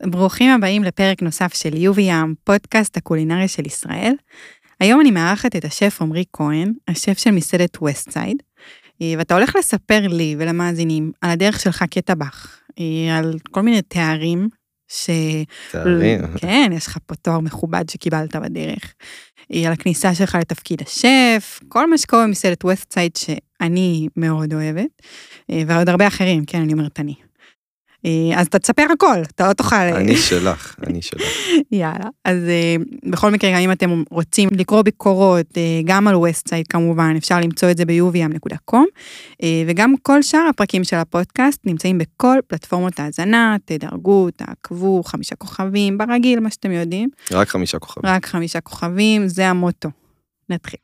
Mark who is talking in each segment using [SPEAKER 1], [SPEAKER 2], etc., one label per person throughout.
[SPEAKER 1] ברוכים הבאים לפרק נוסף של יובי ים, פודקאסט הקולינריה של ישראל. היום אני מארחת את השף עמרי כהן, השף של מסעדת ווסטסייד, ואתה הולך לספר לי ולמאזינים על הדרך שלך כטבח, על כל מיני תארים
[SPEAKER 2] תארים?
[SPEAKER 1] כן, יש לך פה תואר מכובד שקיבלת בדרך, על הכניסה שלך לתפקיד השף, כל מה שקורה במסעדת ווסטסייד שאני מאוד אוהבת, ועוד הרבה אחרים, כן, אני אומרת אני. אז אתה תספר הכל, אתה לא תוכל...
[SPEAKER 2] אני שלך.
[SPEAKER 1] יאללה, אז בכל מקרה, גם אם אתם רוצים לקרוא ביקורות, גם על ווסטסייד כמובן, אפשר למצוא את זה ב-uvm.com, וגם כל שאר הפרקים של הפודקאסט נמצאים בכל פלטפורמות ההזנה, תדרגו, תעקבו, 5 כוכבים, ברגיל, מה שאתם יודעים.
[SPEAKER 2] רק 5 כוכבים.
[SPEAKER 1] רק 5 כוכבים, זה המוטו. נתחיל.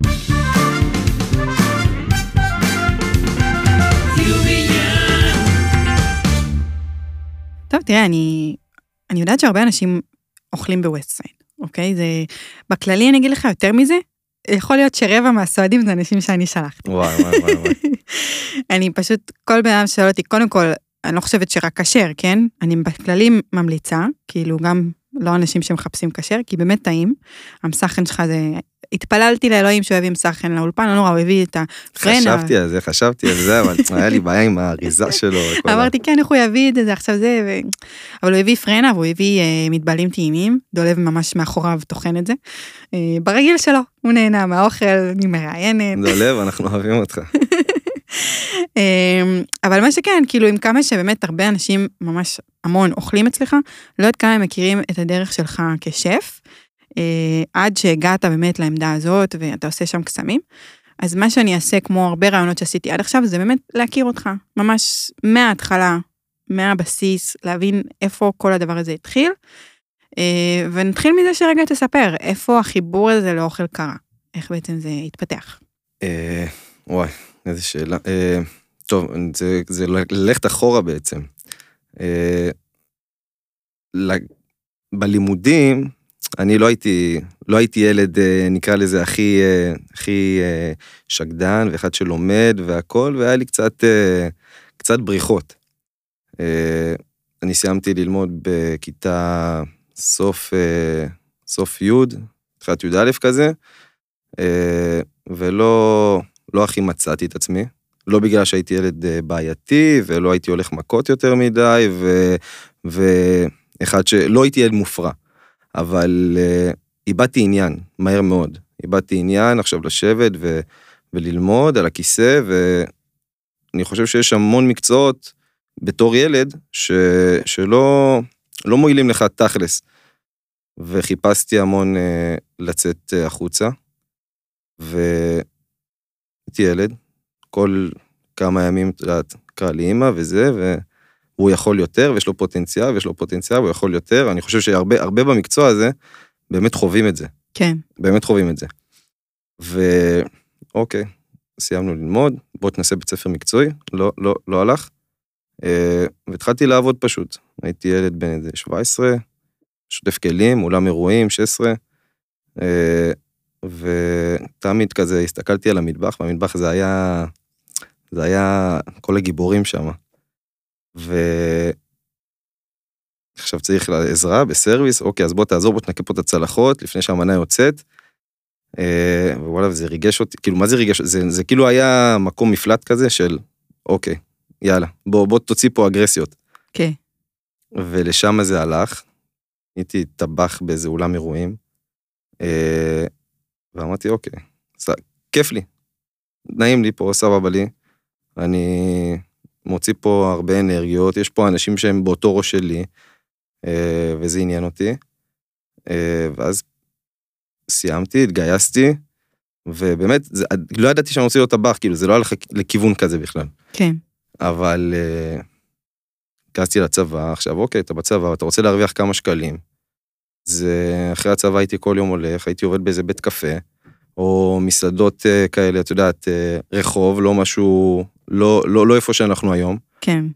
[SPEAKER 1] טוב, תראה, אני יודעת שהרבה אנשים אוכלים בווסטסייד, אוקיי? זה, בכללי אני אגיד לך יותר מזה, יכול להיות שרבע מהסועדים זה אנשים שאני שלחתי.
[SPEAKER 2] וואי.
[SPEAKER 1] אני פשוט, כל בן אדם שואל אותי, קודם כל, אני לא חושבת שרק כשר, כן? אני בכללי ממליצה, כאילו גם לא אנשים שמחפשים כשר, כי באמת טעים, המסכן שלך זה... התפללתי לאלוהים שהוא הביא מסכן לאולפן, לא נורא, הוא הביא את הפרנה.
[SPEAKER 2] חשבתי על זה, אבל היה לי בעיה עם האריזה שלו.
[SPEAKER 1] אמרתי, כן, איך הוא יביא את זה, עכשיו זה, אבל הוא הביא פרנה, והוא הביא מתבלים טעימים, דולב ממש מאחוריו תוכן את זה. ברגיל שלו, הוא נהנה מהאוכל, אני מראיינת.
[SPEAKER 2] דולב, אנחנו אוהבים אותך.
[SPEAKER 1] אבל מה שכן, כאילו, עם כמה שבאמת הרבה אנשים ממש המון אוכלים אצלך, לא יודעת כמה הם מכירים את הדרך שלך כשף, עד שהגעת באמת לעמדה הזאת, ואתה עושה שם קסמים. אז מה שאני אעשה, כמו הרבה רעיונות שעשיתי עד עכשיו, זה באמת להכיר אותך, ממש מההתחלה, מהבסיס, להבין איפה כל הדבר הזה התחיל, ונתחיל מזה שרגע תספר, איפה החיבור הזה לאוכל קרה, איך בעצם זה התפתח.
[SPEAKER 2] וואי, איזה שאלה. טוב, זה ללכת אחורה בעצם. בלימודים, אני לא הייתי ילד, נקרא לזה, הכי שקדן, ואחד שלומד והכל, והיה לי קצת בריחות. אני סיימתי ללמוד בכיתה סוף י', תחילת י' א' כזה, ולא הכי מצאתי את עצמי, לא בגלל שהייתי ילד בעייתי, ולא הייתי הולך מכות יותר מדי, ואחד שלא הייתי ילד מופרע. אבל איבדתי עניין, מהר מאוד. איבדתי עניין עכשיו לשבת וללמוד על הכיסא, ואני חושב שיש המון מקצועות בתור ילד, שלא מועילים לך תכלס. וחיפשתי המון לצאת החוצה, והייתי ילד, כל כמה ימים קרא לי אמא וזה, והוא יכול יותר, ויש לו פוטנציאל, והוא יכול יותר. אני חושב שהרבה במקצוע הזה, באמת חווים את זה.
[SPEAKER 1] כן.
[SPEAKER 2] באמת חווים את זה. ואוקיי, סיימנו ללמוד, בוא תנסה בית ספר מקצועי, לא הלך, והתחלתי לעבוד פשוט. הייתי ילד בן 17, שוטף כלים, אולם אירועים, 16, ותמיד כזה הסתכלתי על המטבח, והמטבח זה היה כל הגיבורים שם. עכשיו צריך לעזרה בסרוויס, אוקיי, אז בוא תעזור, בוא תנקה פה את הצלחות, לפני שהמנה יוצאת, ווואלה, וזה ריגש אותי, כאילו, מה זה ריגש? זה כאילו היה מקום מפלט כזה של, אוקיי, יאללה, בוא תוציא פה אגרסיות.
[SPEAKER 1] כן.
[SPEAKER 2] ולשם זה הלך, הייתי טבח באיזה אולם אירועים, ואמרתי, אוקיי, כיף לי, נעים לי פה, סבבה לי, אני מוציא פה הרבה אנרגיות, יש פה אנשים שהם באותו ראש שלי, וזה עניין אותי, ואז סיימתי, התגייסתי, ובאמת, לא ידעתי שאני רוצה להיות טבח, כאילו זה לא הלך לכיוון כזה בכלל.
[SPEAKER 1] כן.
[SPEAKER 2] אבל גייסתי לצבא, עכשיו אוקיי, אתה בצבא, אתה רוצה להרוויח כמה שקלים, זה אחרי הצבא הייתי כל יום הולך, הייתי עובד באיזה בית קפה, או מסעדות כאלה, את יודעת, רחוב, לא משהו, לא איפה שאנחנו היום.
[SPEAKER 1] כן.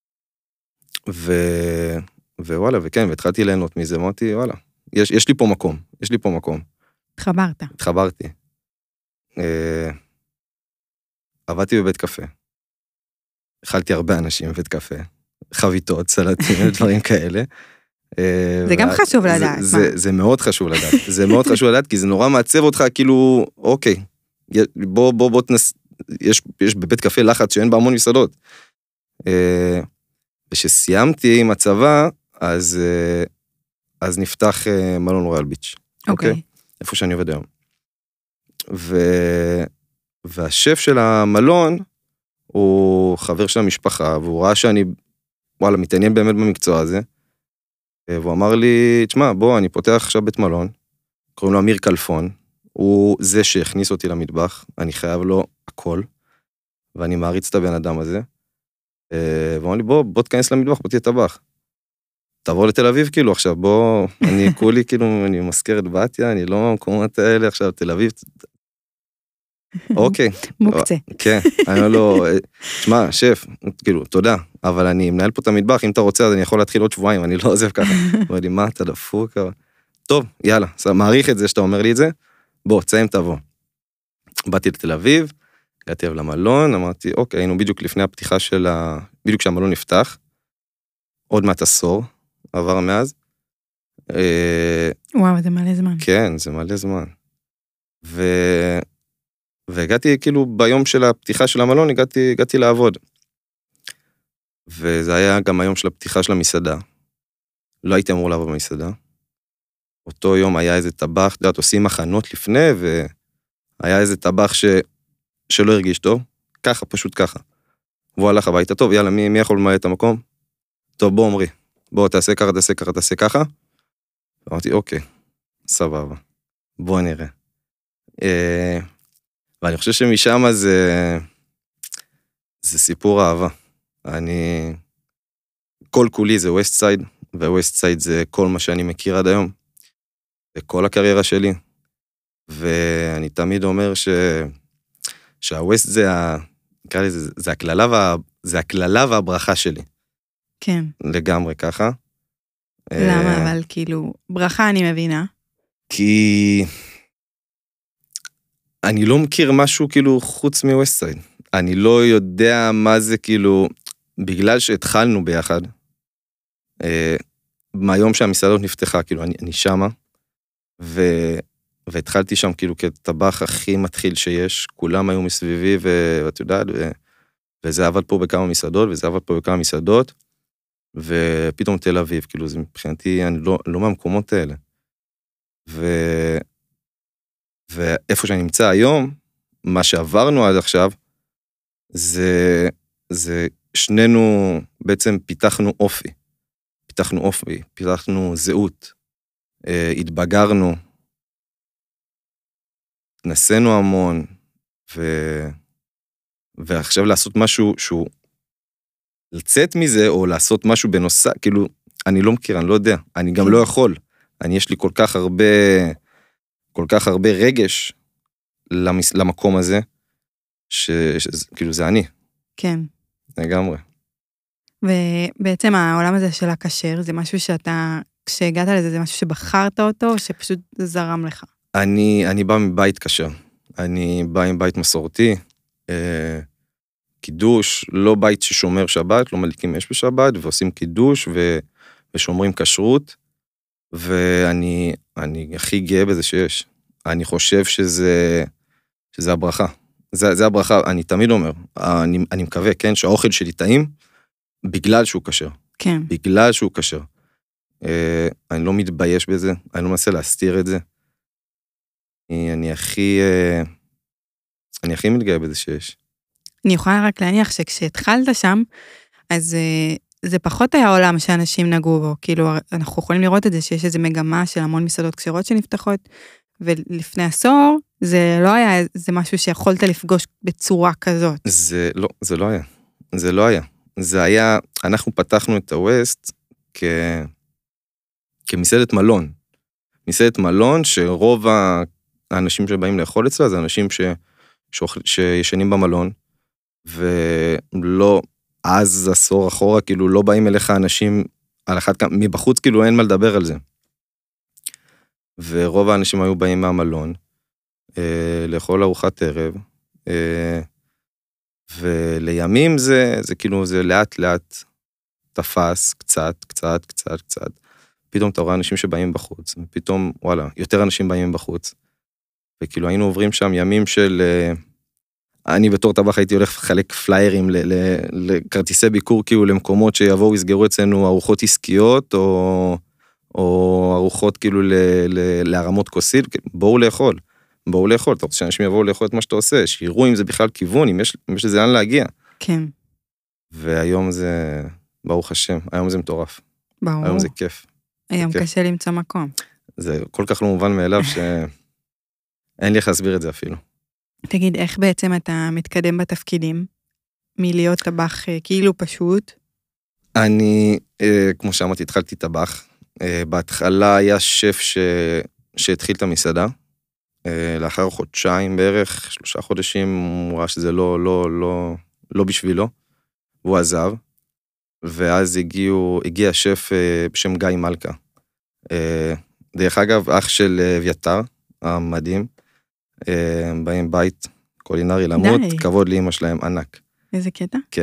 [SPEAKER 2] ווואלה, וכן, והתחלתי ליהנות מזה, אמרתי, וואלה, יש לי פה מקום. התחברתי. עבדתי בבית קפה. אכלתי הרבה אנשים בבית קפה, חביתות, סלטים, דברים כאלה.
[SPEAKER 1] זה גם חשוב לדעת.
[SPEAKER 2] זה מאוד חשוב לדעת, זה מאוד חשוב לדעת, כי זה נורא מעצב אותך, כאילו, אוקיי, בוא יש בבית קפה לחץ שאין בה המון מסעדות. ושסיימתי עם הצבא, אז נפתח מלון רויאל ביץ'. אוקיי? איפה שאני עובד היום. והשף של המלון, הוא חבר של המשפחה, והוא ראה שאני, וואלה, מתעניין באמת במקצוע הזה, והוא אמר לי, תשמע, בוא, אני פותח עכשיו בית מלון, קוראים לו אמיר כלפון, הוא זה שהכניס אותי למטבח, אני חייב לו הכל, ואני מעריץ את הבן אדם הזה, והוא אמר לי, בוא תכנס למטבח, בוא תהיה טבח. תעבור לתל אביב, כאילו, עכשיו, בוא, אני כולי, כאילו, אני מזכיר את בתיה, אני לא במקומות האלה, עכשיו, תל אביב, אוקיי.
[SPEAKER 1] מוקצה.
[SPEAKER 2] כן, אני אומר לו, תשמע, שף, כאילו, תודה, אבל אני מנהל פה את המטבח, אם אתה רוצה, אז אני יכול להתחיל עוד שבועיים, אני לא עוזב ככה. הוא אומר לי, מה, אתה דפוק? טוב, יאללה, מעריך את זה שאתה אומר לי את זה, בוא, צאים תבוא. באתי לתל אביב, הגעתי למלון, אמרתי, אוקיי, היינו בדיוק לפני הפתיחה בדיוק כשהמלון נפתח, עוד מעט עשור, עבר מאז.
[SPEAKER 1] וואו, זה מלא זמן.
[SPEAKER 2] כן, זה מלא זמן. והגעתי, כאילו, ביום של הפתיחה של המלון, הגעתי לעבוד. וזה היה גם היום של הפתיחה של המסעדה. לא הייתי אמור לעבוד במסעדה. אותו יום היה איזה טבח, דעת, עושים מחנות לפני, והיה איזה טבח שלא הרגיש טוב, ככה, פשוט ככה. והוא הלך הביתה, טוב, יאללה, מי יכול למלא את המקום? טוב, בוא, עמרי, בוא, תעשה ככה, תעשה ככה, תעשה ככה. אמרתי, אוקיי, סבבה, בוא נראה. ואני חושב שמשם זה סיפור אהבה. כל כולי זה ווסט סייד, וווסט סייד זה כל מה שאני מכיר עד היום, וכל הקריירה שלי. ואני תמיד אומר שהווסט זה הכללה והברכה שלי.
[SPEAKER 1] כן.
[SPEAKER 2] לגמרי ככה.
[SPEAKER 1] למה? אבל כאילו, ברכה אני מבינה.
[SPEAKER 2] כי אני לא מכיר משהו כאילו חוץ מווסט סייד. אני לא יודע מה זה כאילו, בגלל שהתחלנו ביחד, מהיום שהמסעדות נפתחה, כאילו אני שמה, והתחלתי שם כאילו כטבח הכי מתחיל שיש, כולם היו מסביבי, ואת יודעת, וזה עבד פה בכמה מסעדות, וזה עבד פה בכמה מסעדות, ופתאום תל אביב, כאילו זה מבחינתי, אני לא מהמקומות האלה. ואיפה שאני נמצא היום, מה שעברנו עד עכשיו, זה שנינו בעצם פיתחנו אופי, פיתחנו זהות, התבגרנו, נסענו המון, ועכשיו לעשות משהו שהוא, לצאת מזה, או לעשות משהו בנוסף, כאילו, אני לא מכיר, אני לא יודע, אני גם לא יכול, יש לי כל כך הרבה רגש למקום הזה, כאילו זה אני.
[SPEAKER 1] כן.
[SPEAKER 2] לגמרי.
[SPEAKER 1] ובעצם העולם הזה של הכשר, זה משהו שאתה, כשהגעת לזה, זה משהו שבחרת אותו, או שפשוט זרם לך?
[SPEAKER 2] אני בא מבית כשר. אני בא עם בית מסורתי, קידוש, לא בית ששומר שבת, לא מדליקים אש בשבת, ועושים קידוש ושומרים כשרות, ואני הכי גאה בזה שיש. אני חושב שזה הברכה. זה הברכה, אני תמיד אומר, אני מקווה, כן, שהאוכל שלי טעים, בגלל שהוא כשר.
[SPEAKER 1] כן.
[SPEAKER 2] בגלל שהוא כשר. אני לא מתבייש בזה, אני לא מנסה להסתיר את זה. אני הכי מתגאה בזה שיש.
[SPEAKER 1] אני יכולה רק להניח שכשהתחלת שם, אז זה פחות היה עולם שאנשים נגעו בו, כאילו אנחנו יכולים לראות את זה שיש איזו מגמה של המון מסעדות כשרות שנפתחות, ולפני עשור זה לא היה, זה משהו שיכולת לפגוש בצורה כזאת.
[SPEAKER 2] זה לא היה. זה היה, אנחנו פתחנו את הווסט כמסעדת מלון. מסעדת מלון שרוב האנשים שבאים לאכול אצלה, זה אנשים שישנים במלון, ולא, אז עשור אחורה, כאילו לא באים אליך אנשים, על אחת כמה, מבחוץ כאילו אין מה לדבר על זה. ורוב האנשים היו באים מהמלון, לאכול ארוחת ערב, ולימים זה כאילו, זה לאט לאט תפס, קצת, פתאום אתה רואה אנשים שבאים בחוץ, ופתאום, וואלה, יותר אנשים באים בחוץ. וכאילו היינו עוברים שם ימים של... אני בתור טבח הייתי הולך לחלק פליירים לכרטיסי ביקור, כאילו למקומות שיבואו, יסגרו אצלנו ארוחות עסקיות, או ארוחות כאילו להרמות כוסית, בואו לאכול. בואו לאכול, אתה רוצה שאנשים יבואו לאכול את מה שאתה עושה, שיראו אם זה בכלל כיוון, אם יש לזה לאן להגיע.
[SPEAKER 1] כן.
[SPEAKER 2] והיום זה, ברוך השם, היום זה מטורף.
[SPEAKER 1] ברור.
[SPEAKER 2] היום זה כיף.
[SPEAKER 1] היום קשה למצוא מקום.
[SPEAKER 2] זה כל כך לא מובן מאליו שאין לי איך להסביר את זה אפילו.
[SPEAKER 1] תגיד, איך בעצם אתה מתקדם בתפקידים? מלהיות טבח כאילו פשוט?
[SPEAKER 2] אני, כמו שאמרתי, התחלתי טבח. בהתחלה היה שף שהתחיל את המסעדה. לאחר חודשיים בערך, 3 חודשים, הוא ראה שזה לא בשבילו, והוא עזב. ואז הגיע שף בשם גיא מלכה. דרך אגב, אח של אביתר, המדהים, באים בית קולינרי למות, כבוד לאמא שלהם ענק.
[SPEAKER 1] איזה קטע?
[SPEAKER 2] כן.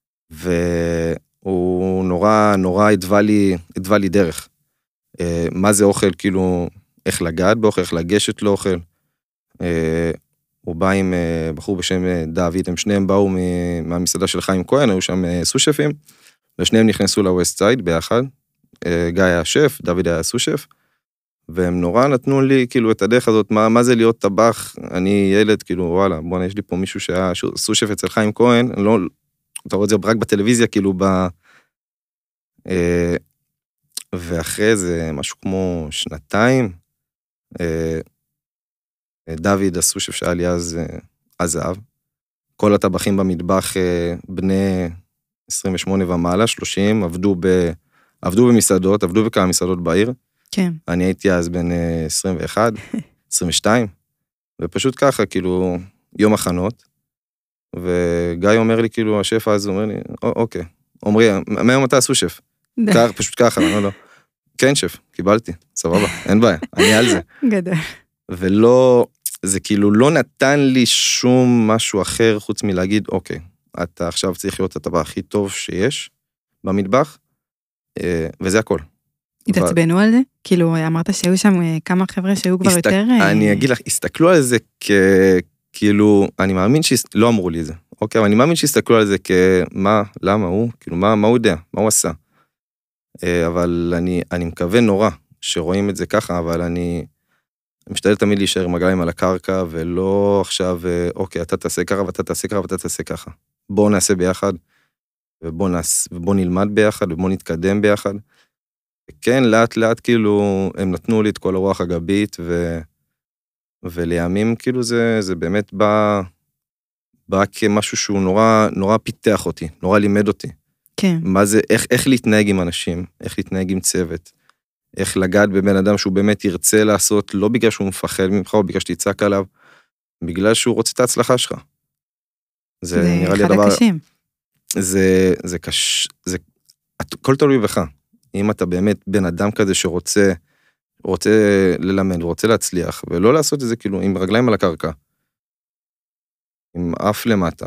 [SPEAKER 2] והוא נורא הדווה לי דרך. מה זה אוכל, כאילו, איך לגעת באוכל, איך לגשת לאוכל. הוא בא עם בחור בשם דוד, הם שניהם באו מהמסעדה של חיים כהן, היו שם סושפים, ושניהם נכנסו לווסט סייד ביחד. גיא היה שף, דוד היה סושף, והם נורא נתנו לי כאילו את הדרך הזאת, מה זה להיות טבח, אני ילד, כאילו וואלה, בוא'נה, יש לי פה מישהו שהיה סושף אצל חיים כהן, לא, אתה רואה את זה רק בטלוויזיה, כאילו ואחרי זה משהו כמו 2 דוד הסושף שהיה לי אז עזב, כל הטבחים במטבח בני 28 ומעלה, 30, עבדו במסעדות, עבדו בכמה מסעדות בעיר.
[SPEAKER 1] כן.
[SPEAKER 2] אני הייתי אז בן 21, 22, ופשוט ככה, כאילו, יום הכנות, וגיא אומר לי, כאילו, השף אז אומר לי, אוקיי, עומרי, מהיום אתה הסושף. פשוט ככה, אני אומר לו, כן שף, קיבלתי, סבבה, אין בעיה, אני על זה.
[SPEAKER 1] גדול.
[SPEAKER 2] ולא, זה כאילו לא נתן לי שום משהו אחר, חוץ מלהגיד, אוקיי, אתה עכשיו צריך להיות הטבח הכי טוב שיש במטבח, וזה הכל.
[SPEAKER 1] התעצבנו על זה? כאילו, אמרת שהיו שם כמה חבר'ה שהיו כבר יותר...
[SPEAKER 2] אני אגיד לך, הסתכלו על זה כאילו, אני מאמין לא אמרו לי זה, אוקיי, אבל אני מאמין שהסתכלו על זה כמה, למה הוא, כאילו, מה הוא יודע, מה הוא עשה. אבל אני מקווה נורא שרואים את זה ככה, אבל אני משתדל תמיד להישאר עם הרגליים על הקרקע, ולא עכשיו, אוקיי, אתה תעשה ככה, ואתה תעשה ככה, ואתה תעשה ככה. בואו נעשה ביחד, ובואו נלמד ביחד, ובואו נתקדם ביחד. וכן, לאט לאט, כאילו, הם נתנו לי את כל הרוח הגבית, ולימים, כאילו, זה באמת בא כמשהו שהוא נורא פיתח אותי, נורא לימד אותי.
[SPEAKER 1] כן.
[SPEAKER 2] מה זה, איך להתנהג עם אנשים, איך להתנהג עם צוות, איך לגעת בבן אדם שהוא באמת ירצה לעשות, לא בגלל שהוא מפחד ממך, או בגלל שתצעק עליו, בגלל שהוא רוצה את ההצלחה שלך. זה נראה לי הדבר...
[SPEAKER 1] הקשים.
[SPEAKER 2] זה קשה, הכל תלוי בך. אם אתה באמת בן אדם כזה שרוצה ללמד, ורוצה להצליח, ולא לעשות את זה כאילו עם רגליים על הקרקע, עם אף למטה,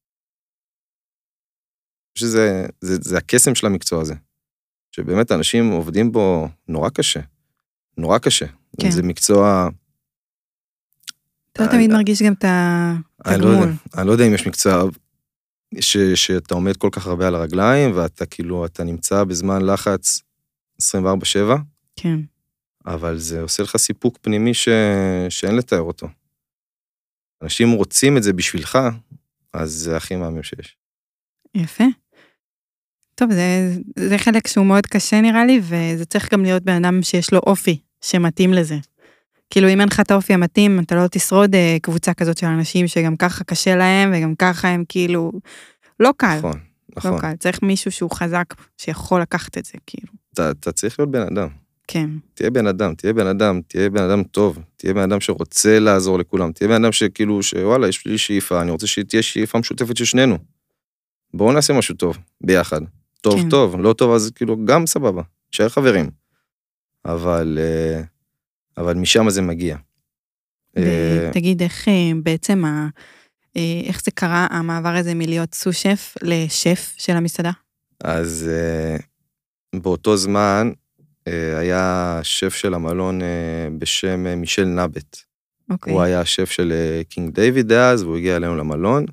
[SPEAKER 2] שזה הקסם של המקצוע הזה, שבאמת אנשים עובדים בו נורא קשה, נורא קשה. כן. זה מקצוע...
[SPEAKER 1] אתה תמיד מרגיש גם את הגמול.
[SPEAKER 2] אני לא יודע אם יש מקצוע שאתה עומד כל כך הרבה על הרגליים, ואתה כאילו, אתה נמצא בזמן לחץ 24/7.
[SPEAKER 1] כן.
[SPEAKER 2] אבל זה עושה לך סיפוק פנימי שאין לתאר אותו. אנשים רוצים את זה בשבילך, אז זה הכי מאמין שיש.
[SPEAKER 1] יפה. טוב, זה חלק שהוא מאוד קשה נראה לי, וזה צריך גם להיות בן אדם שיש לו אופי שמתאים לזה. כאילו אם אין לך את האופי המתאים, אתה לא תשרוד קבוצה כזאת של אנשים שגם ככה קשה להם, וגם ככה הם כאילו, לא קל.
[SPEAKER 2] נכון.
[SPEAKER 1] לא קל, צריך מישהו שהוא חזק, שיכול לקחת את זה, כאילו.
[SPEAKER 2] אתה צריך להיות בן אדם.
[SPEAKER 1] כן.
[SPEAKER 2] תהיה בן אדם טוב, תהיה בן אדם שרוצה לעזור לכולם, תהיה בן אדם שכאילו, שוואלה, יש לי שאיפה, אני רוצה שתהיה שאיפה משותפת של שנינו. בואו נעשה משהו טוב, ביחד. טוב, טוב, לא טוב, אז כאילו גם סבבה, שייר חברים. אבל משם זה מגיע.
[SPEAKER 1] תגיד, איך בעצם, איך זה קרה, המעבר הזה מלהיות סושף לשף של המסעדה?
[SPEAKER 2] אז באותו זמן, היה שף של המלון בשם מישל נאבט.
[SPEAKER 1] אוקיי.
[SPEAKER 2] הוא היה השף של קינג דיוויד אז, והוא הגיע אלינו למלון.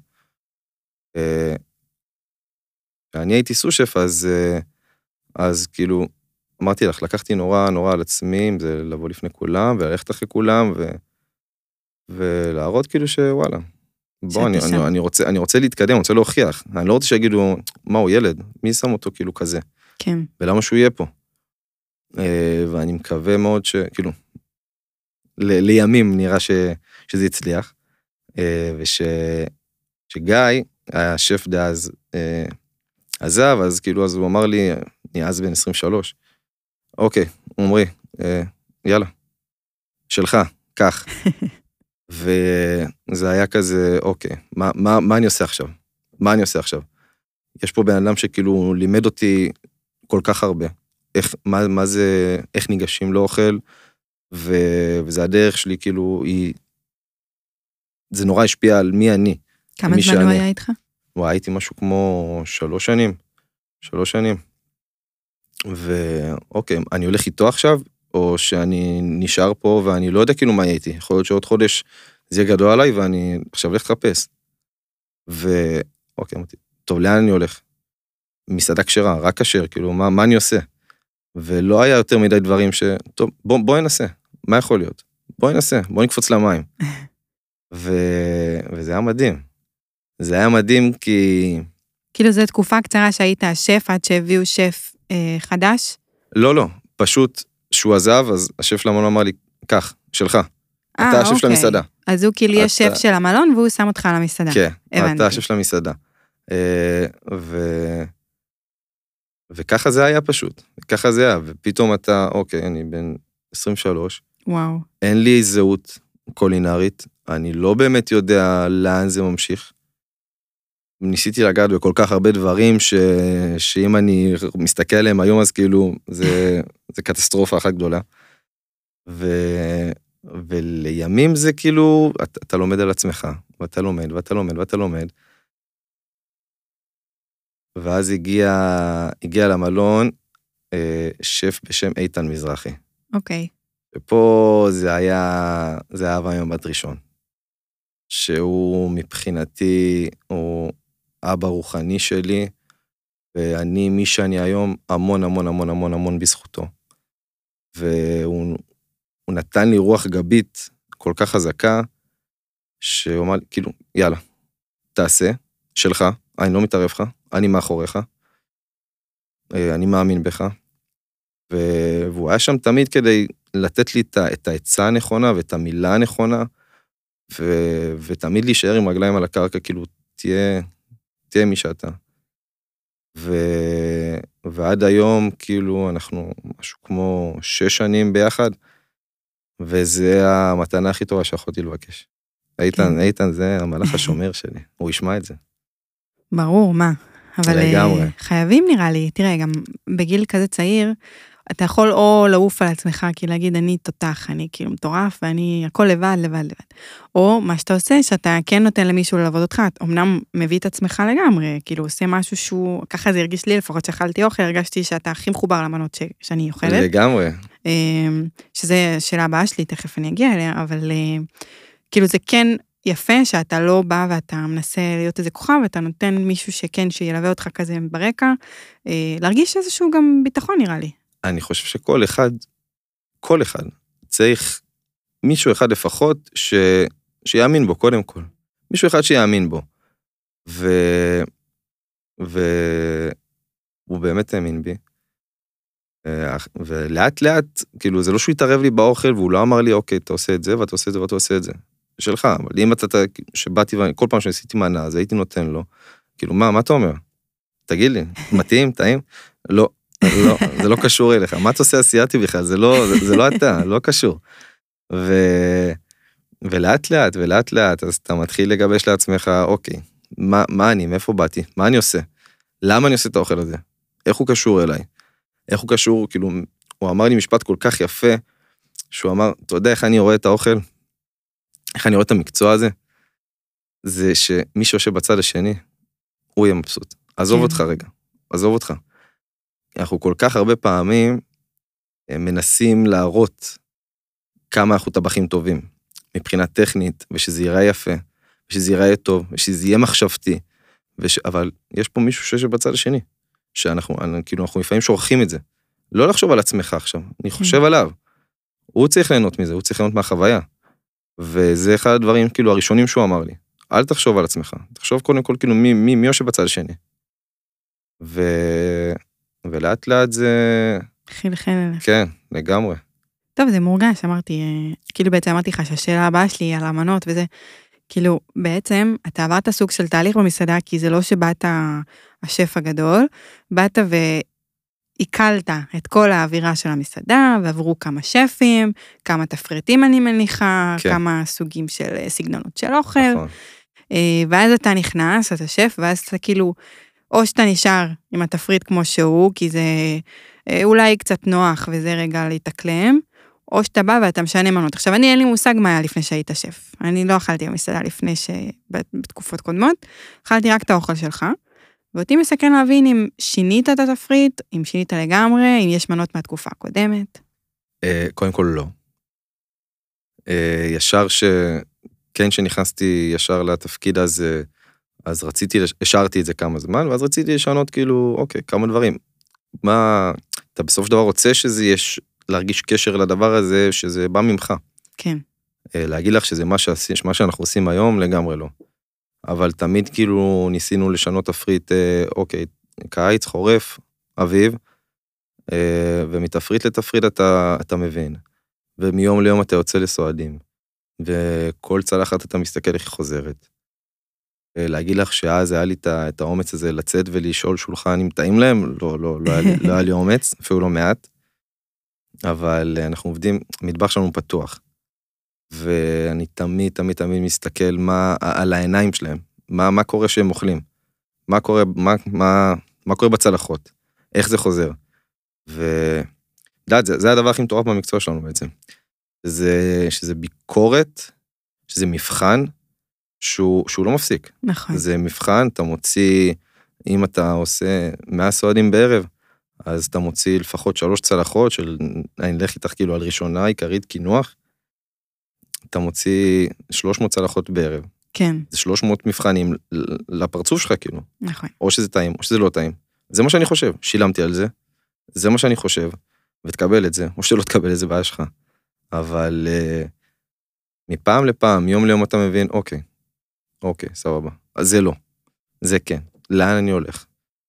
[SPEAKER 2] כשאני הייתי סושף, אז כאילו, אמרתי לך, לקחתי נורא על עצמי, זה לבוא לפני כולם, וללכת אחרי כולם, ולהראות כאילו שוואלה. בוא, אני רוצה להתקדם, אני רוצה להוכיח. אני לא רוצה שיגידו, מה הוא ילד? מי שם אותו כאילו כזה?
[SPEAKER 1] כן.
[SPEAKER 2] ולמה שהוא יהיה פה? ואני מקווה מאוד שכאילו, לימים נראה שזה יצליח, ושגיא, השף דאז, עזב, אז כאילו, אז הוא אמר לי, אני אז בן 23, אוקיי, עומרי, יאללה, שלך, כך. וזה היה כזה, אוקיי, מה אני עושה עכשיו? מה אני עושה עכשיו? יש פה בן אדם שכאילו לימד אותי כל כך הרבה. מה זה, איך ניגשים לאוכל, וזה הדרך שלי, כאילו, זה נורא השפיע על מי אני.
[SPEAKER 1] כמה זמן הוא היה איתך?
[SPEAKER 2] הייתי משהו כמו 3 שנים. 3 שנים. ואוקיי, אני הולך איתו עכשיו, או שאני נשאר פה ואני לא יודע כאילו מה הייתי. יכול להיות שעוד חודש זה יהיה גדול עליי ואני עכשיו הולך לחפש. ואוקיי, אמרתי, טוב, לאן אני הולך? מסעדה כשרה, רק כשר, כאילו, מה אני עושה? ולא היה יותר מדי דברים טוב, בואי ננסה, מה יכול להיות? בואי ננסה, בואי נקפוץ למים. וזה היה מדהים. זה היה מדהים כי...
[SPEAKER 1] כאילו זו תקופה קצרה שהיית השף עד שהביאו שף חדש?
[SPEAKER 2] לא, פשוט שהוא עזב, אז השף למלון אמר לי, כך, שלך. אתה השף של המסעדה.
[SPEAKER 1] אז הוא כאילו יהיה שף של המלון, והוא שם אותך על המסעדה.
[SPEAKER 2] כן, אתה השף של המסעדה. וככה זה היה פשוט. ככה זה היה, ופתאום אתה, אוקיי, אני בן 23.
[SPEAKER 1] וואו.
[SPEAKER 2] אין לי זהות קולינרית, אני לא באמת יודע לאן זה ממשיך. ניסיתי לגעת בכל כך הרבה דברים, שאם אני מסתכל עליהם היום, אז כאילו, זה קטסטרופה אחת גדולה. ולימים זה כאילו, אתה לומד על עצמך, ואתה לומד, ואתה לומד, ואתה לומד. ואז הגיע למלון, שף בשם איתן מזרחי.
[SPEAKER 1] אוקיי.
[SPEAKER 2] ופה זה היה אהבה עם מבט ראשון. שהוא מבחינתי, הוא אבא רוחני שלי, ואני, מי שאני היום, המון בזכותו. והוא נתן לי רוח גבית כל כך חזקה, שהוא אמר לי, כאילו, יאללה, תעשה, שלך, אני לא מתערב לך, אני מאחוריך, אני מאמין בך, והוא היה שם תמיד כדי לתת לי את העצה הנכונה, ואת המילה הנכונה, ותמיד להישאר עם רגליים על הקרקע, כאילו, תהיה מי שאתה. ועד היום, כאילו, אנחנו משהו כמו 6 שנים ביחד, וזה המתנה הכי טובה שיכולתי לבקש. איתן זה המלאך השומר שלי, הוא ישמע את זה.
[SPEAKER 1] ברור, מה? אבל
[SPEAKER 2] לגמרי.
[SPEAKER 1] חייבים נראה לי, תראה, גם בגיל כזה צעיר, אתה יכול או לעוף על עצמך, כי להגיד, אני תותח, אני כאילו מטורף, ואני הכל לבד. או מה שאתה עושה, שאתה כן נותן למישהו לעבוד אותך, אתה אמנם מביא את עצמך לגמרי, כאילו עושה משהו שהוא, ככה זה הרגיש לי, לפחות שאכלתי אוכל, הרגשתי שאתה הכי מחובר למנות שאני אוכלת.
[SPEAKER 2] לגמרי.
[SPEAKER 1] שזה שאלה הבאה שלי, תכף אני אגיע אליה, אבל כאילו זה כן יפה שאתה לא בא ואתה מנסה להיות איזה כוכב, ואתה נותן מישהו שכן, שילווה אותך כזה ברקע, להרגיש איזשהו גם ביטחון נראה לי.
[SPEAKER 2] אני חושב שכל אחד צריך מישהו אחד לפחות שיאמין בו קודם כל. מישהו אחד שיאמין בו. והוא באמת האמין בי. ולאט לאט, כאילו זה לא שהוא יתערב לי באוכל, והוא לא אמר לי, אוקיי, אתה עושה את זה, ואתה עושה את זה, ואתה עושה את זה. שלך, אבל אם אתה, שבאתי, כל פעם שעשיתי מנה, אז הייתי נותן לו, כאילו, מה אתה אומר? תגיד לי, מתאים, טעים? לא, זה לא קשור אליך. מה אתה עושה אסיאתי בכלל? זה לא אתה, לא קשור. ולאט לאט, אז אתה מתחיל לגבש לעצמך, אוקיי, מה אני, מאיפה באתי? מה אני עושה? למה אני עושה את האוכל הזה? איך הוא קשור אליי? איך הוא קשור, כאילו, הוא אמר לי משפט כל כך יפה, שהוא אמר, אתה יודע איך אני רואה את האוכל? איך אני רואה את המקצוע הזה? זה שמי שיושב בצד השני, הוא יהיה מבסוט. עזוב אותך רגע, עזוב אותך. אנחנו כל כך הרבה פעמים מנסים להראות כמה אנחנו טבחים טובים, מבחינה טכנית, ושזה ייראה יפה, ושזה ייראה טוב, ושזה יהיה מחשבתי, אבל יש פה מישהו שיש בצד השני, שאנחנו כאילו, אנחנו לפעמים שורחים את זה. לא לחשוב על עצמך עכשיו, אני חושב עליו. הוא צריך ליהנות מזה, הוא צריך ליהנות מהחוויה. וזה אחד הדברים, כאילו, הראשונים שהוא אמר לי. אל תחשוב על עצמך, תחשוב קודם כל, כאילו, מי יושב בצד השני. ולאט לאט זה...
[SPEAKER 1] חלחל אליו.
[SPEAKER 2] כן, לגמרי.
[SPEAKER 1] טוב, זה מורגש, אמרתי, כאילו בעצם אמרתי לך שהשאלה הבאה שלי על המנות וזה, כאילו, בעצם אתה עברת סוג של תהליך במסעדה, כי זה לא שבאת השף הגדול, באת ועיקלת את כל האווירה של המסעדה, ועברו כמה שפים, כמה תפריטים אני מניחה, כן. כמה סוגים של סגנונות של אוכל, נכון. ואז אתה נכנס, אתה שף, ואז אתה כאילו, או שאתה נשאר עם התפריט כמו שהוא, כי זה אולי קצת נוח, וזה רגע להתאקלם, או שאתה בא ואתה משנה מנות. עכשיו, אין לי מושג מה היה לפני שהיית שף. אני לא אכלתי במסעדה לפני בתקופות קודמות, אכלתי רק את האוכל שלך, ואותי מסקרן להבין אם שינית את התפריט, אם שינית לגמרי, אם יש מנות מהתקופה הקודמת.
[SPEAKER 2] קודם כל לא. כן, שנכנסתי ישר לתפקיד הזה, אז השארתי את זה כמה זמן, ואז רציתי לשנות כאילו, אוקיי, כמה דברים. אתה בסוף של דבר רוצה שזה יש, להרגיש קשר לדבר הזה, שזה בא ממך.
[SPEAKER 1] כן.
[SPEAKER 2] להגיד לך שזה מה שאנחנו עושים היום, לגמרי לא. אבל תמיד כאילו ניסינו לשנות תפריט, אוקיי, קיץ, חורף, אביב, ומתפריט לתפריט אתה מבין. ומיום ליום אתה יוצא לסועדים. וכל צלחת אתה מסתכל איך היא חוזרת. להגיד לך שאז היה לי את האומץ הזה לצאת ולשאול שולחן אם טעים להם, לא היה לי אומץ, אפילו לא מעט. אבל אנחנו עובדים, המטבח שלנו פתוח. ואני תמיד מסתכל על העיניים שלהם, מה קורה שהם אוכלים, מה קורה בצלחות, איך זה חוזר. זה הדבר הכי מטורף במקצוע שלנו בעצם. שזה ביקורת, שזה מבחן, שהוא לא מפסיק.
[SPEAKER 1] נכון.
[SPEAKER 2] זה מבחן, אתה מוציא, אם אתה עושה 100 סועדים בערב, אז אתה מוציא לפחות 3 צלחות, אני אלך איתך כאילו על ראשונה, עיקרית, קינוח, אתה מוציא 300 צלחות בערב.
[SPEAKER 1] כן.
[SPEAKER 2] זה 300 מבחנים לפרצוף שלך כאילו.
[SPEAKER 1] נכון.
[SPEAKER 2] או שזה טעים, או שזה לא טעים. זה מה שאני חושב, שילמתי על זה, זה מה שאני חושב, ותקבל את זה, או שלא תקבל את זה בעיה שלך. אבל מפעם לפעם, יום ליום אתה מבין, אוקיי, סבבה. אז זה לא, זה כן. לאן אני הולך?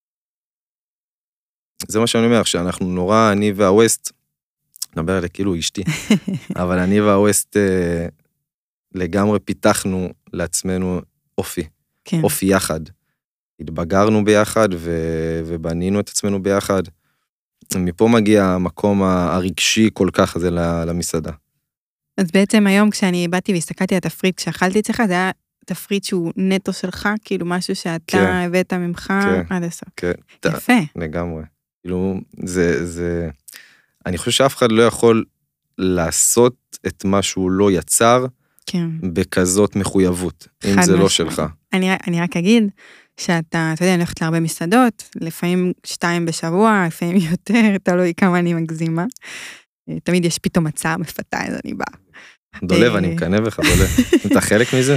[SPEAKER 2] זה מה שאני אומר, שאנחנו נורא, אני והווסט, נדבר עליה כאילו אשתי, אבל אני והווסט לגמרי פיתחנו לעצמנו אופי, כן. אופי יחד. התבגרנו ביחד ובנינו את עצמנו ביחד. מפה מגיע המקום הרגשי כל כך הזה למסעדה.
[SPEAKER 1] אז בעצם היום כשאני באתי והסתכלתי על התפריט, כשאכלתי אצלך, זה היה תפריט שהוא נטו שלך, כאילו משהו שאתה כן. הבאת ממך כן. עד הסוף.
[SPEAKER 2] כן.
[SPEAKER 1] יפה.
[SPEAKER 2] לגמרי. כאילו, אני חושב שאף אחד לא יכול לעשות את מה שהוא לא יצר,
[SPEAKER 1] כן.
[SPEAKER 2] בכזאת מחויבות, אם זה לא שלך.
[SPEAKER 1] אני רק אגיד, שאתה יודע, אני הולכת להרבה מסעדות, לפעמים 2 בשבוע, לפעמים יותר, תלוי כמה אני מגזימה. תמיד יש פתאום הצעה מפתה, אז אני באה.
[SPEAKER 2] דולב, אני מקנא בך, דולב. אתה חלק מזה?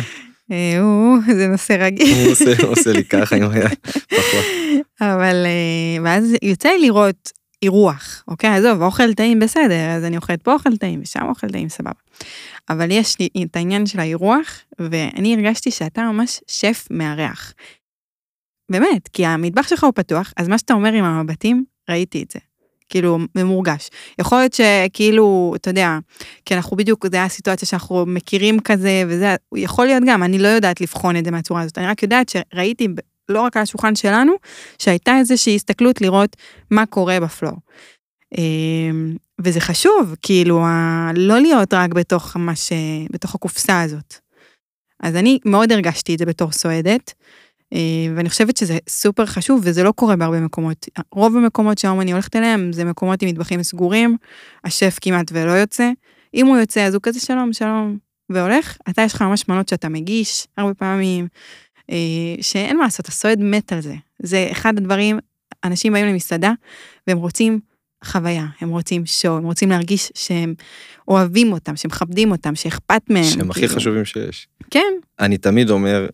[SPEAKER 1] זה נושא רגיל.
[SPEAKER 2] הוא עושה לי ככה, אם היה פחות.
[SPEAKER 1] אבל, ואז יוצא לי לראות אירוח, אוקיי? עזוב, אוכל טעים בסדר, אז אני אוכלת פה אוכל טעים, ושם אוכל טעים, סבבה. אבל יש לי את העניין של האירוח, ואני הרגשתי שאתה ממש שף מארח. באמת, כי המטבח שלך הוא פתוח, אז מה שאתה אומר עם המבטים, ראיתי את זה. כאילו, ממורגש. יכול להיות שכאילו, אתה יודע, כי אנחנו בדיוק, זה היה הסיטואציה שאנחנו מכירים כזה, וזה יכול להיות גם, אני לא יודעת לבחון את זה מהצורה הזאת, אני רק יודעת שראיתי, לא רק על השולחן שלנו, שהייתה איזושהי הסתכלות לראות מה קורה בפלור. וזה חשוב, כאילו, לא להיות רק בתוך הקופסה הזאת. אז אני מאוד הרגשתי את זה בתור סועדת, ואני חושבת שזה סופר חשוב, וזה לא קורה בהרבה מקומות. רוב המקומות שהיום אני הולכת אליהם, זה מקומות עם מטבחים סגורים, השף כמעט ולא יוצא. אם הוא יוצא, אז הוא כזה שלום, שלום, והולך. אתה יש לך ממש מנות שאתה מגיש, הרבה פעמים, שאין מה לעשות, הסועד מת על זה. זה אחד הדברים, אנשים באים למסעדה, והם רוצים חוויה, הם רוצים שואו, הם רוצים להרגיש שהם אוהבים אותם, שהם מכבדים אותם, שאכפת מהם.
[SPEAKER 2] שהם הכי חשובים שיש.
[SPEAKER 1] כן.
[SPEAKER 2] אני תמיד אומר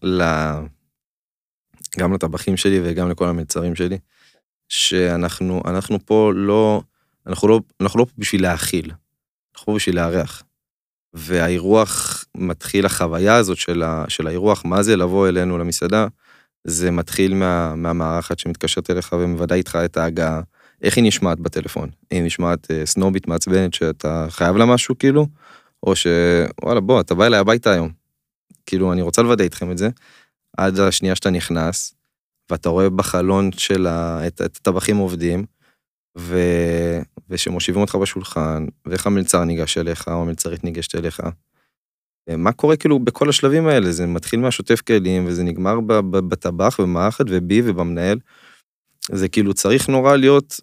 [SPEAKER 2] גם לטבחים שלי וגם לכל המלצרים שלי, שאנחנו פה לא, אנחנו לא פה בשביל להאכיל, אנחנו פה בשביל לארח. והאירוח מתחיל, החוויה הזאת של האירוח, מה זה לבוא אלינו למסעדה, זה מתחיל מהמערכת שמתקשרת אליך ומוודא איתך את ההגעה, איך היא נשמעת בטלפון, היא נשמעת סנובית מעצבנת שאתה חייב לה משהו כאילו, או שוואלה בוא, אתה בא אליי הביתה היום, כאילו אני רוצה לוודא איתכם את זה, עד השנייה שאתה נכנס, ואתה רואה בחלון את הטבחים עובדים, ושמושיבים אותך בשולחן, ואיך המלצר ניגש אליך, או המלצרית ניגשת אליך. מה קורה כאילו בכל השלבים האלה? זה מתחיל מהשוטף כלים, וזה נגמר בטבח, במערכת, ובי ובמנהל. זה כאילו צריך נורא להיות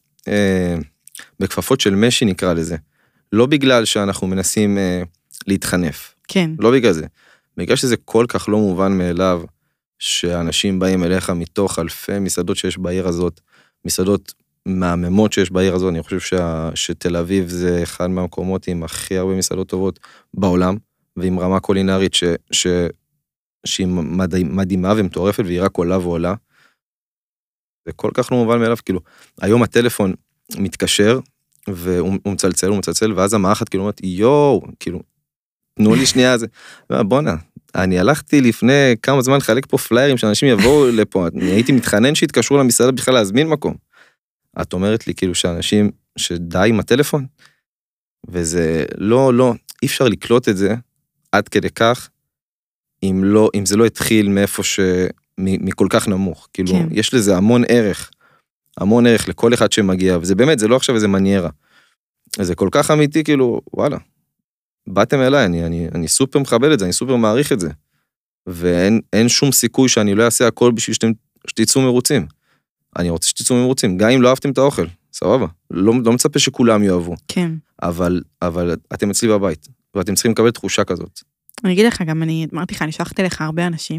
[SPEAKER 2] בכפפות של משי נקרא לזה. לא בגלל שאנחנו מנסים להתחנף.
[SPEAKER 1] כן.
[SPEAKER 2] לא בגלל זה. בגלל שזה כל כך לא מובן מאליו, שאנשים באים אליך מתוך אלפי מסעדות שיש בעיר הזאת, מסעדות מהממות שיש בעיר הזאת, אני חושב שתל אביב זה אחד מהמקומות עם הכי הרבה מסעדות טובות בעולם, ועם רמה קולינרית שהיא מדהימה ומטורפת, והיא רק עולה ועולה. זה כל כך לא מובן מאליו, כאילו, היום הטלפון מתקשר, והוא מצלצל, ואז המערכת כאילו אומרת, יואו, כאילו, תנו לי שנייה, בונה, אני הלכתי לפני כמה זמן לחלק פה פליירים, שאנשים יבואו לפה, אני הייתי מתחנן שהתקשרו למסעדה בכלל להזמין מקום. את אומרת לי כאילו שאנשים שדי עם הטלפון, וזה לא, אי אפשר לקלוט את זה עד כדי כך, אם זה לא התחיל מאיפה מכל כך נמוך, כאילו כן. יש לזה המון ערך לכל אחד שמגיע, וזה באמת, זה לא עכשיו איזה מניירה, זה כל כך אמיתי, כאילו, וואלה, באתם אליי, אני סופר מכבד את זה, אני סופר מעריך את זה, ואין שום סיכוי שאני לא אעשה הכל בשביל שתצאו מרוצים, אני רוצה שתצאו מרוצים, גם אם לא אהבתם את האוכל, סבבה, לא מצפה שכולם יאהבו,
[SPEAKER 1] כן.
[SPEAKER 2] אבל אתם אצלי בבית, ואתם צריכים לקבל תחושה כזאת.
[SPEAKER 1] אני אגיד לך, גם אמרתי לך, אני שלחתי לך הרבה אנשים,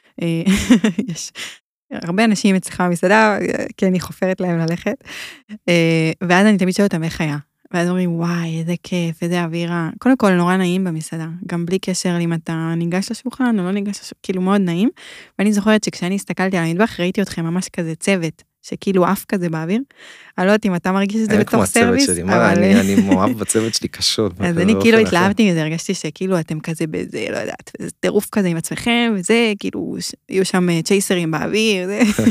[SPEAKER 1] יש הרבה אנשים אצלך במסעדה, כי אני חופרת להם ללכת, ואז אני תמיד שואל אותם איך היה, ואז אומרים, וואי, איזה כיף, איזה אווירה, קודם כל נורא נעים במסעדה, גם בלי קשר אם אתה ניגש לשולחן או לא ניגש לשולחן, כאילו מאוד נעים, ואני זוכרת שכשאני הסתכלתי על המטבח, ראיתי אתכם ממש כזה צוות, שכאילו אף כזה באוויר, אני לא יודעת אם אתה מרגיש את זה בתוך סרוויס,
[SPEAKER 2] אני מאוהב בצוות שלי קשות.
[SPEAKER 1] אז אני כאילו התלהבתי מזה, הרגשתי שכאילו אתם כזה בזה, לא יודעת, זה טירוף כזה עם עצמכם, וזה כאילו, יהיו שם צ'ייסרים באוויר,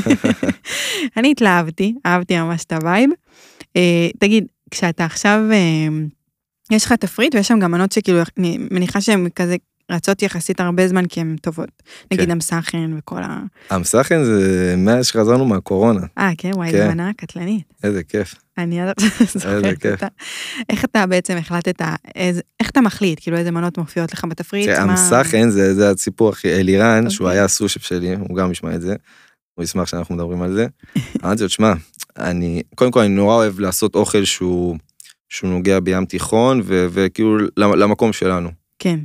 [SPEAKER 1] אני התלהבתי, אהבתי ממש את הווייב. תגיד, כשאתה עכשיו, יש לך תפריט, ויש שם גם מנות שכאילו, אני מניחה שהן כזה רצות יחסית הרבה זמן, כי הן טובות. נגיד המסכן וכל ה...
[SPEAKER 2] המסכן זה מאז שחזרנו מהקורונה.
[SPEAKER 1] כן, וואי, זה מנה קטלנית.
[SPEAKER 2] איזה כיף.
[SPEAKER 1] אני זוכרת אותה. איך אתה בעצם החלטת, איך אתה מחליט, כאילו איזה מנות מופיעות לך בתפריט?
[SPEAKER 2] המסכן זה הסיפור הכי, אלירן, שהוא היה הסושף שלי, הוא גם ישמע את זה, הוא ישמח שאנחנו מדברים על זה. אמרתי לו, תשמע, קודם כל אני נורא אוהב לעשות אוכל שהוא נוגע בים תיכון, וכאילו למקום שלנו.
[SPEAKER 1] כן.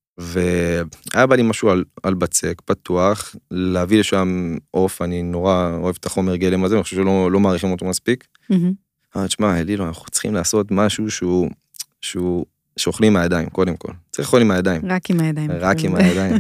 [SPEAKER 2] והיה בא לי משהו על בצק, פתוח, להביא לשם אוף, אני נורא אוהב את החומר גלם הזה, אני חושב שלא מעריכים אותו מספיק. תשמע, אלילו, אנחנו צריכים לעשות משהו שאוכלים מהידיים, קודם כל. צריך לאכול עם הידיים.
[SPEAKER 1] רק עם הידיים.
[SPEAKER 2] רק עם הידיים.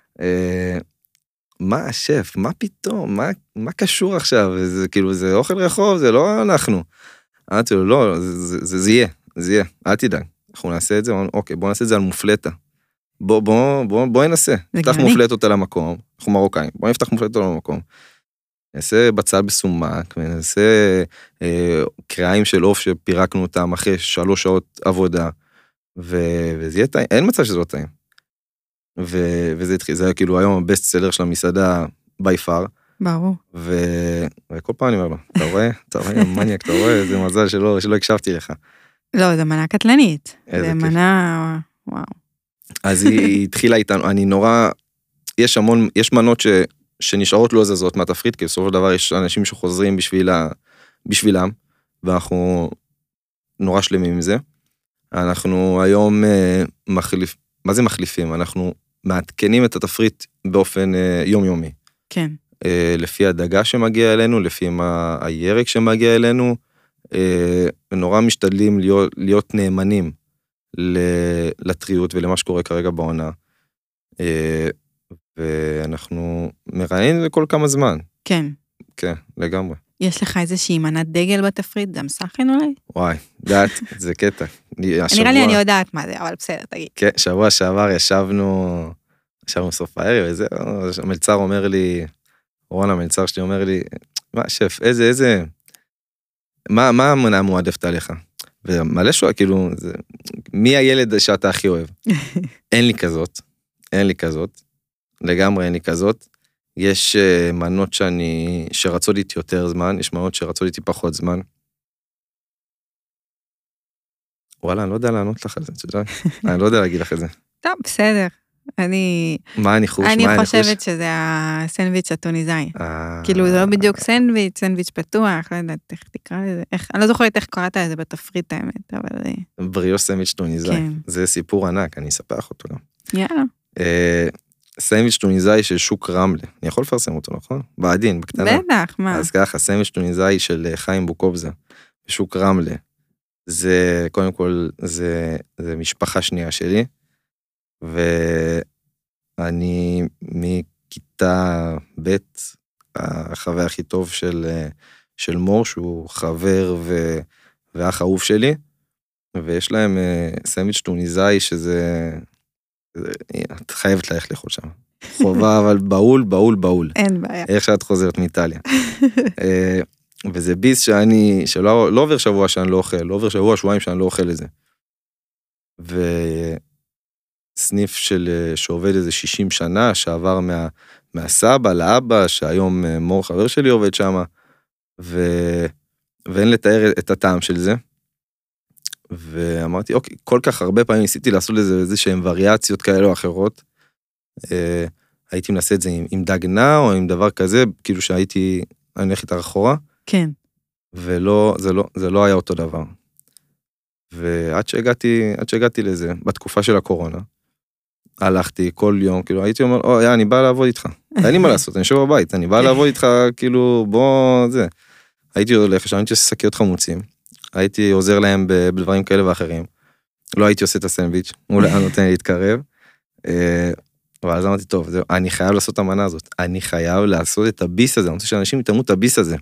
[SPEAKER 2] מה השף? מה פתאום? מה קשור עכשיו? זה כאילו, זה אוכל רחוב, זה לא אנחנו. אמרתי לו, לא, זה יהיה, אל תדאג. אנחנו נעשה את זה, אוקיי, בוא נעשה את זה על מופלטה. בוא ננסה. נפתח מופלטות על המקום, אנחנו מרוקאים, בוא נפתח מופלטות על המקום. נעשה בצל בסומק, ונעשה קרעים של עוף שפירקנו אותם אחרי 3 שעות עבודה, וזה יהיה טעים, אין מצב שזה לא טעים. וזה התחיל, זה היה כאילו היום הבסט סלר של המסעדה by far.
[SPEAKER 1] ברור.
[SPEAKER 2] וכל פעם אני אומר לו, אתה רואה, מניאק, אתה רואה, איזה מזל שלא הקשבתי לך.
[SPEAKER 1] לא, זה מנה קטלנית. זה מנה, וואו.
[SPEAKER 2] אז היא התחילה איתנו, אני נורא, יש מנות שנשארות לא זזות מהתפריט, כי בסופו של דבר יש אנשים שחוזרים בשבילם, ואנחנו נורא שלמים עם זה. אנחנו היום מה זה מחליפים? אנחנו מעדכנים את התפריט באופן יומיומי.
[SPEAKER 1] כן.
[SPEAKER 2] לפי הדגה שמגיע אלינו, לפי הירק שמגיע אלינו, נורא משתדלים להיות נאמנים לטריות ולמה שקורה כרגע בעונה. ואנחנו מראיינים לכל כמה זמן.
[SPEAKER 1] כן.
[SPEAKER 2] כן, לגמרי.
[SPEAKER 1] יש לך איזושהי מנת דגל בתפריט, דם סחן אולי?
[SPEAKER 2] וואי, דעת, זה קטע.
[SPEAKER 1] נראה לי אני יודעת מה זה, אבל בסדר, תגיד.
[SPEAKER 2] כן, שבוע שעבר ישבנו סוף הערב, וזה, המלצר אומר לי, רון המלצר שלי אומר לי, מה שף, מה המנה מועדפת עליך? ומלא שואל, כאילו, מי הילד שאתה הכי אוהב? אין לי כזאת, לגמרי אין לי כזאת. יש מנות שרצות איתי יותר זמן, יש מנות שרצות איתי פחות זמן. וואלה, אני לא יודע לענות לך על זה, אני לא יודע להגיד לך את זה.
[SPEAKER 1] טוב, בסדר.
[SPEAKER 2] מה הניחוש?
[SPEAKER 1] אני חושבת שזה הסנדוויץ' הטוניסאי. כאילו, זה לא בדיוק סנדוויץ' פתוח, לא יודעת איך תקרא לזה. אני לא זוכרת איך קראת לזה בתפריט האמת, אבל...
[SPEAKER 2] בריאו סנדוויץ' טוניסאי. זה סיפור ענק, אני אספח אותו גם.
[SPEAKER 1] יאללה.
[SPEAKER 2] סנדוויץ' טוניסאי של שוק רמלה. אני יכול לפרסם אותו, נכון? בעדין, בקטנה.
[SPEAKER 1] בטח, מה?
[SPEAKER 2] אז ככה, סנדוויץ' טוניסאי של חיים בוקובזה, בשוק רמלה. זה, קודם כל, זה משפחה שנייה שלי, ואני מכיתה ב' החבר הכי טוב של מור, שהוא חבר ואח אהוב שלי, ויש להם סנדוויץ' טוניסאי שזה, את חייבת ללכת לאכול שם. חובה, אבל בהול.
[SPEAKER 1] אין בעיה.
[SPEAKER 2] איך שאת חוזרת מאיטליה. וזה ביס שלא עובר שבוע שאני לא אוכל, לא עובר שבועיים שאני לא אוכל את זה. וסניף שעובד איזה 60 שנה, שעבר מהסבא לאבא, שהיום מור חבר שלי עובד שם, ואין לתאר את הטעם של זה. ואמרתי, אוקיי, כל כך הרבה פעמים ניסיתי לעשות איזה שהן וריאציות כאלה או אחרות. הייתי מנסה את זה עם דגנה או עם דבר כזה, כאילו שהייתי, אני הולך איתה אחורה.
[SPEAKER 1] כן.
[SPEAKER 2] זה לא היה אותו דבר. ועד שהגעתי לזה, בתקופה של הקורונה, הלכתי כל יום, כאילו הייתי אומר, אני בא לעבוד איתך. אין לי מה לעשות, אני יושב בבית, אני בא לעבוד איתך, כאילו, בוא, זה. הייתי הולך, הייתי עושה שקיות חמוצים, הייתי עוזר להם בדברים כאלה ואחרים. לא הייתי עושה את הסנדוויץ', אולי אני נותן לי להתקרב. אבל אז אמרתי, טוב, אני חייב לעשות את המנה הזאת, אני חייב לעשות את הביס הזה, אני רוצה שאנשים יתאמו את הביס הזה.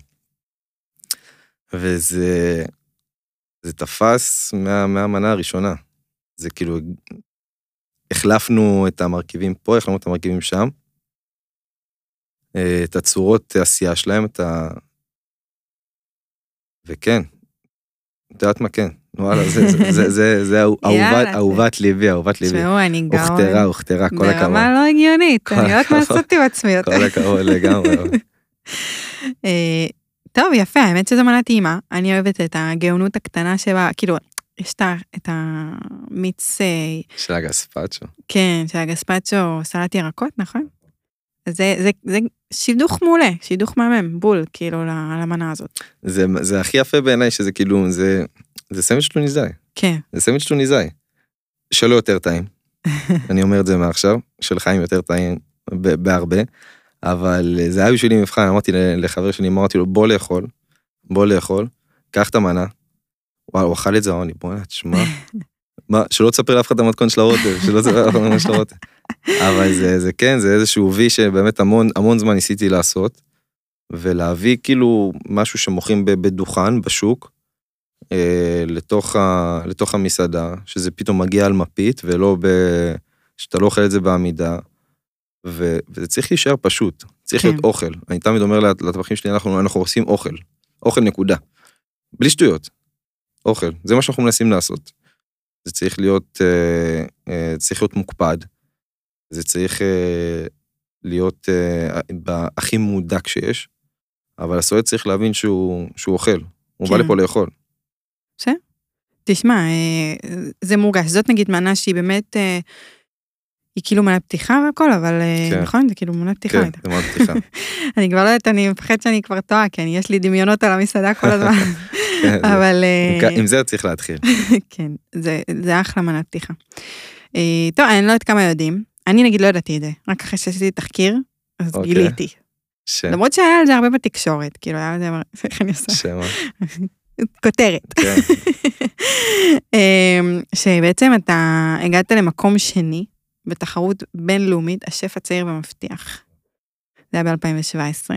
[SPEAKER 2] וזה תפס מהמנה הראשונה. זה כאילו, החלפנו את המרכיבים פה, החלפנו את המרכיבים שם, את הצורות העשייה שלהם, וכן, את יודעת מה כן, וואלה, זה אהובת ליבי,
[SPEAKER 1] תשמעו, אני גאון.
[SPEAKER 2] הוכתרה, כל הכבוד.
[SPEAKER 1] ברמה לא הגיונית, אני יודעת מה עשיתי בעצמי יותר.
[SPEAKER 2] כל הכבוד לגמרי.
[SPEAKER 1] טוב, יפה, האמת שזו מנה טעימה, אני אוהבת את הגאונות הקטנה שבה, כאילו, יש את המיץ...
[SPEAKER 2] של הגספצ'ו.
[SPEAKER 1] כן, של הגספצ'ו, סלט ירקות, נכון? זה שידוך מעולה, שידוך מהמם, בול, כאילו, למנה הזאת.
[SPEAKER 2] זה הכי יפה בעיניי, שזה כאילו, זה סנדוויץ' טוניסאי.
[SPEAKER 1] כן.
[SPEAKER 2] זה סנדוויץ' טוניסאי. שלו יותר טעים. אני אומר את זה מעכשיו, של חיים יותר טעים בהרבה, אבל זה היה בשבילי מבחן, אמרתי לחבר שלי, אמרתי לו, בוא לאכול, קח את המנה, וואו, הוא אכל את זה, אמרתי, בוא נתשמע, שלא תספר לאף אחד את המתכון של הרוטב, אבל זה כן, זה איזשהו וי שבאמת המון זמן ניסיתי לעשות, ולהביא כאילו משהו שמוכרים בדוכן, בשוק, לתוך המסעדה, שזה פתאום מגיע על מפית, ולא שאתה לא אוכל את זה בעמידה, וזה צריך להישאר פשוט, צריך להיות אוכל. אני תמיד אומר לטבחים שלי, אנחנו עושים אוכל נקודה. בלי שטויות. אוכל, זה מה שאנחנו מנסים לעשות. זה צריך להיות מוקפד, זה צריך להיות הכי מודק שיש, אבל הסועד צריך להבין שהוא אוכל, הוא בא לפה לאכול.
[SPEAKER 1] בסדר? תשמע, זה מורגש, זאת נגיד מנה שהיא באמת, היא כאילו מנה פתיחה והכל, אבל נכון, זה כאילו מנה פתיחה.
[SPEAKER 2] כן, זה מנה פתיחה.
[SPEAKER 1] אני כבר לא יודעת, אני מפחד שאני כבר טועה, כי יש לי דמיונות על המסעדה כל הזמן. אבל...
[SPEAKER 2] עם זה צריך להתחיל.
[SPEAKER 1] כן, זה אחלה מנת פתיחה. טוב, אני לא יודעת כמה יודעים, אני נגיד לא ידעתי את זה, רק אחרי שעשיתי תחקיר, אז גיליתי. למרות שהיה על זה הרבה בתקשורת, כאילו היה על זה, איך אני עושה? כותרת.
[SPEAKER 2] כן.
[SPEAKER 1] שבעצם אתה הגעת למקום שני, בתחרות בינלאומית, השף הצעיר ומבטיח. זה היה ב-2017.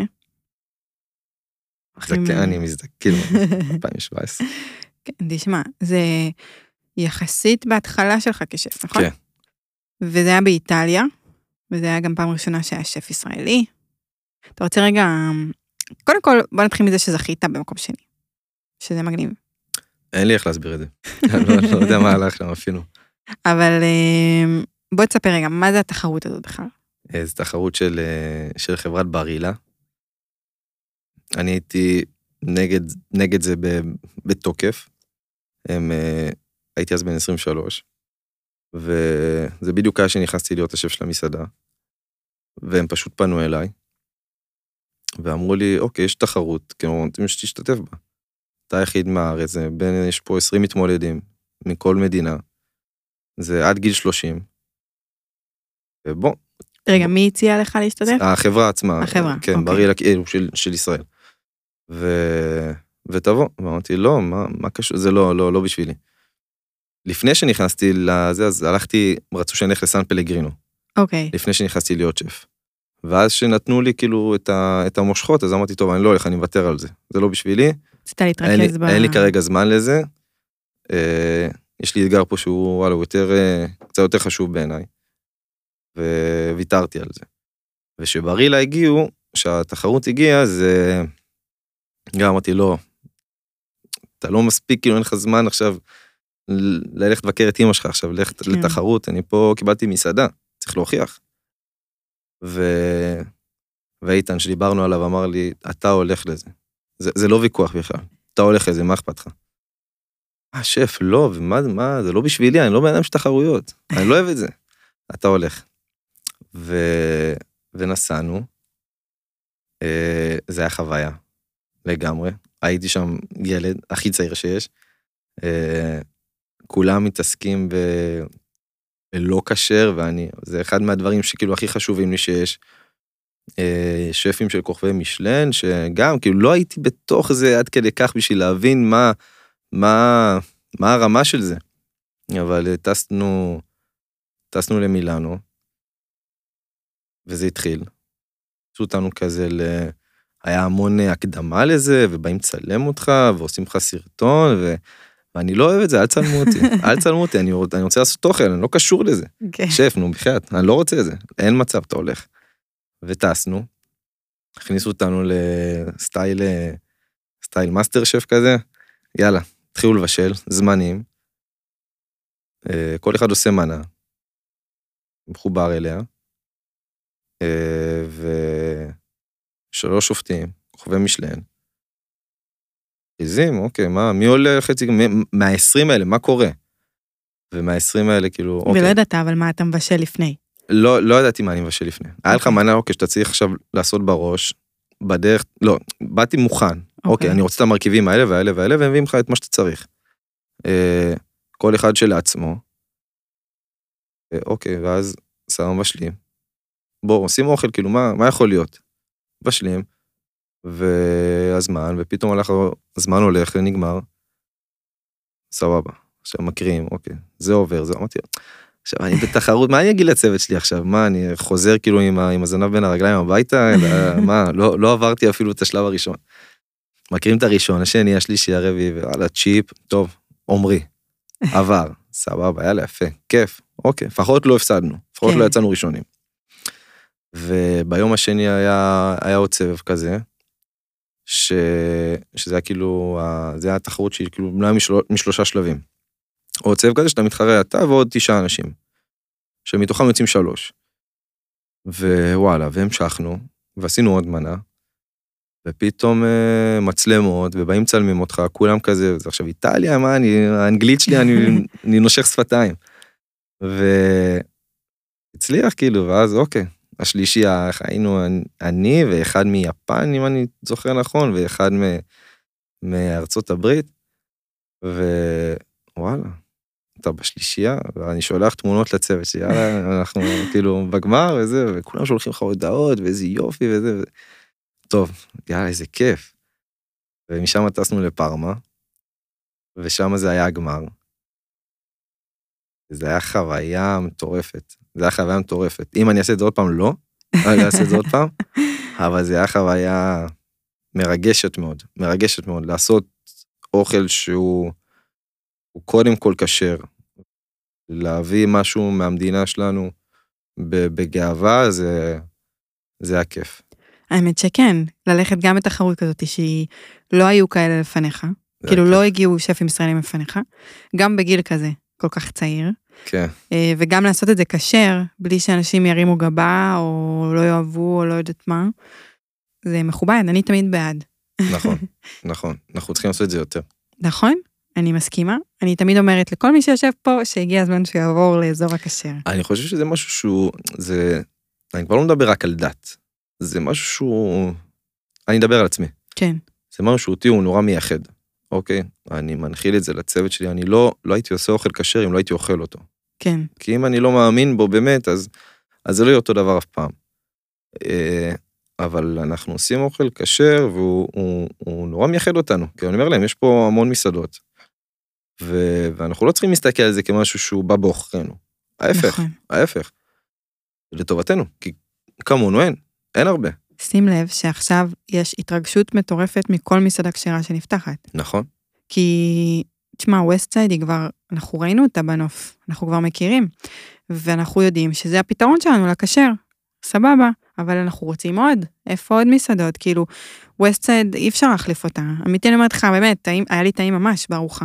[SPEAKER 2] אני מזדקן, 2017.
[SPEAKER 1] כן, תשמע, זה יחסית בהתחלה שלך כשף, נכון?
[SPEAKER 2] כן.
[SPEAKER 1] וזה היה באיטליה, וזה היה גם פעם ראשונה שהיה שף ישראלי. אתה רוצה רגע, קודם כל, בוא נתחיל מזה שזכית במקום שני, שזה מגניב.
[SPEAKER 2] אין לי איך להסביר את זה. אני לא יודע מה הלך שם אפילו.
[SPEAKER 1] אבל בוא תספר רגע, מה זה התחרות הזאת בכלל?
[SPEAKER 2] זו תחרות של חברת ברילה. אני הייתי נגד זה בתוקף. הייתי אז בן 23, וזה בדיוק היה שנכנסתי להיות השף של המסעדה, והם פשוט פנו אליי, ואמרו לי, אוקיי, יש תחרות, כאילו, רוצים שתשתתף בה. אתה היחיד מהארץ, יש פה 20 מתמודדים מכל מדינה, זה עד גיל 30, ובוא.
[SPEAKER 1] רגע, מי הציע לך להשתתף?
[SPEAKER 2] החברה עצמה.
[SPEAKER 1] החברה,
[SPEAKER 2] כן,
[SPEAKER 1] אוקיי.
[SPEAKER 2] ברילה של ישראל. ותבוא, ואמרתי, לא, מה קשור, זה לא בשבילי. לפני שנכנסתי לזה, אז רצו שאני אלך לסן פלגרינו.
[SPEAKER 1] אוקיי.
[SPEAKER 2] לפני שנכנסתי להיות שף. ואז שנתנו לי כאילו את המושכות, אז אמרתי, טוב, אני לא הולך, אני מוותר על זה. זה לא בשבילי.
[SPEAKER 1] רצית להתרכז
[SPEAKER 2] אין לי כרגע זמן לזה. יש לי אתגר פה שהוא, וואלה, קצת יותר חשוב בעיניי. וויתרתי על זה. ושברילה הגיעו, שהתחרות הגיעה, זה גם אמרתי, לא, אתה לא מספיק, כאילו אין לך זמן עכשיו ללכת לבקר את אמא שלך עכשיו, ללכת לתחרות, אני פה קיבלתי מסעדה, צריך להוכיח. ואיתן שדיברנו עליו אמר לי, אתה הולך לזה. זה לא ויכוח בכלל, אתה הולך לזה, מה אכפת לך? שף, לא, ומה, זה לא בשבילי, אני לא בעיניים של תחרויות, אני לא אוהב את זה. אתה הולך. ונסענו, זה היה חוויה, לגמרי. הייתי שם ילד, הכי צעיר שיש, כולם מתעסקים בלא כשר, זה אחד מהדברים שכאילו הכי חשובים לי שיש, שפים של כוכבי משלן, שגם כאילו לא הייתי בתוך זה עד כדי כך בשביל להבין מה הרמה של זה. אבל טסנו למילאנו, וזה התחיל. עשו אותנו כזה, היה המון הקדמה לזה, ובאים צלם אותך, ועושים לך סרטון, ואני לא אוהב את זה, אל צלמו אותי, אני רוצה לעשות תוכן, אני לא קשור לזה. שף, נו, בחייאת, אני לא רוצה את זה, אין מצב, אתה הולך. וטסנו, הכניסו אותנו לסטייל מאסטר שף כזה, יאללה, התחילו לבשל, זמנים, כל אחד עושה מנה, מחובר אליה, ושלוש שופטים, כוכבי משלן, עיזים, אוקיי, מי עולה חצי, מה-20 האלה, מה קורה? ומה-20 האלה, כאילו, אוקיי.
[SPEAKER 1] ולא ידעת, אבל מה אתה מבשל לפני?
[SPEAKER 2] לא ידעתי מה אני מבשל לפני. היה לך מנה, אוקיי, שאתה צריך עכשיו לעשות בראש, בדרך, לא, באתי מוכן, אוקיי, אני רוצה את המרכיבים האלה והאלה והאלה, והם מביאים לך את מה שאתה צריך. כל אחד שלעצמו, אוקיי, ואז שמה מבשלים. בואו, עושים אוכל, כאילו, מה יכול להיות? מבשלים, והזמן, ופתאום הזמן הולך ונגמר, סבבה, עכשיו מקריאים, אוקיי, זה עובר, זה אמרתי, עכשיו אני בתחרות, מה אני אגיד לצוות שלי עכשיו, מה, אני חוזר כאילו עם הזנב בין הרגליים הביתה, מה, לא עברתי אפילו את השלב הראשון, מקריאים את הראשון, השני, השלישי, הרביעי, ועלה צ'יפ, טוב, עומרי, עבר, סבבה, יאללה, יפה, כיף, אוקיי, לפחות לא הפסדנו, לפחות לא יצאנו ראשונים, וביום השני היה עוד סבב כזה, שזה היה כאילו, זה היה תחרות שהיא כאילו בנויה משלושה שלבים. עוד סבב כזה שאתה מתחרה אתה ועוד 9 אנשים, שמתוכם יוצאים 3. ווואלה, והמשכנו, ועשינו עוד מנה, ופתאום מצלמות, ובאים צלמים אותך, כולם כזה, וזה עכשיו איטליה, מה, האנגלית שלי, אני נושך שפתיים. והצליח כאילו, ואז אוקיי. השלישי, היינו אני ואחד מיפן, אם אני זוכר נכון, ואחד מארצות הברית, ווואלה, אתה בשלישייה, ואני שולח תמונות לצוות שלי, יאללה, אנחנו כאילו בגמר וזה, וכולם שולחים לך הודעות, ואיזה יופי וזה, טוב, יאללה, איזה כיף. ומשם טסנו לפרמה, ושם זה היה הגמר. זה היה חוויה מטורפת. זה היה חוויה מטורפת. אם אני אעשה את זה עוד פעם, לא. אני אעשה את זה עוד פעם. אבל זה היה חוויה מרגשת מאוד. מרגשת מאוד. לעשות אוכל שהוא קודם כל כשר. להביא משהו מהמדינה שלנו בגאווה, זה היה כיף.
[SPEAKER 1] האמת שכן, ללכת גם בתחרות כזאת שהיא לא היו כאלה לפניך, כאילו לא הגיעו שפים ישראלים לפניך, גם בגיל כזה, כל כך צעיר.
[SPEAKER 2] כן.
[SPEAKER 1] וגם לעשות את זה כשר, בלי שאנשים ירימו גבה, או לא יאהבו, או לא יודעת מה. זה מכובד, אני תמיד בעד.
[SPEAKER 2] נכון, נכון. אנחנו צריכים לעשות את זה יותר.
[SPEAKER 1] נכון? אני מסכימה. אני תמיד אומרת לכל מי שיושב פה, שהגיע הזמן שיעבור לאזור הכשר.
[SPEAKER 2] אני חושב שזה משהו שהוא, אני כבר לא מדבר רק על דת. זה משהו שהוא, אני אדבר על עצמי.
[SPEAKER 1] כן.
[SPEAKER 2] זה משהו שאותי הוא נורא מייחד. אוקיי? אני מנחיל את זה לצוות שלי, אני לא הייתי עושה אוכל כשר אם לא הייתי אוכל אותו.
[SPEAKER 1] כן.
[SPEAKER 2] כי אם אני לא מאמין בו באמת, אז זה לא יהיה אותו דבר אף פעם. אבל אנחנו עושים אוכל כשר, והוא נורא מייחד אותנו. כי אני אומר להם, יש פה המון מסעדות. ואנחנו לא צריכים להסתכל על זה כמשהו שהוא בא באוכרנו. ההפך, ההפך. לטובתנו, כי כמונו אין הרבה.
[SPEAKER 1] שים לב שעכשיו יש התרגשות מטורפת מכל מסעדה כשרה שנפתחת.
[SPEAKER 2] נכון.
[SPEAKER 1] כי, תשמע, ווסטסייד היא כבר, אנחנו ראינו אותה בנוף, אנחנו כבר מכירים, ואנחנו יודעים שזה הפתרון שלנו לכשר, סבבה, אבל אנחנו רוצים עוד, איפה עוד מסעדות, כאילו, ווסטסייד אי אפשר להחליף אותה, אמיתי אני אומרת לך, באמת, היה לי טעים ממש בארוחה,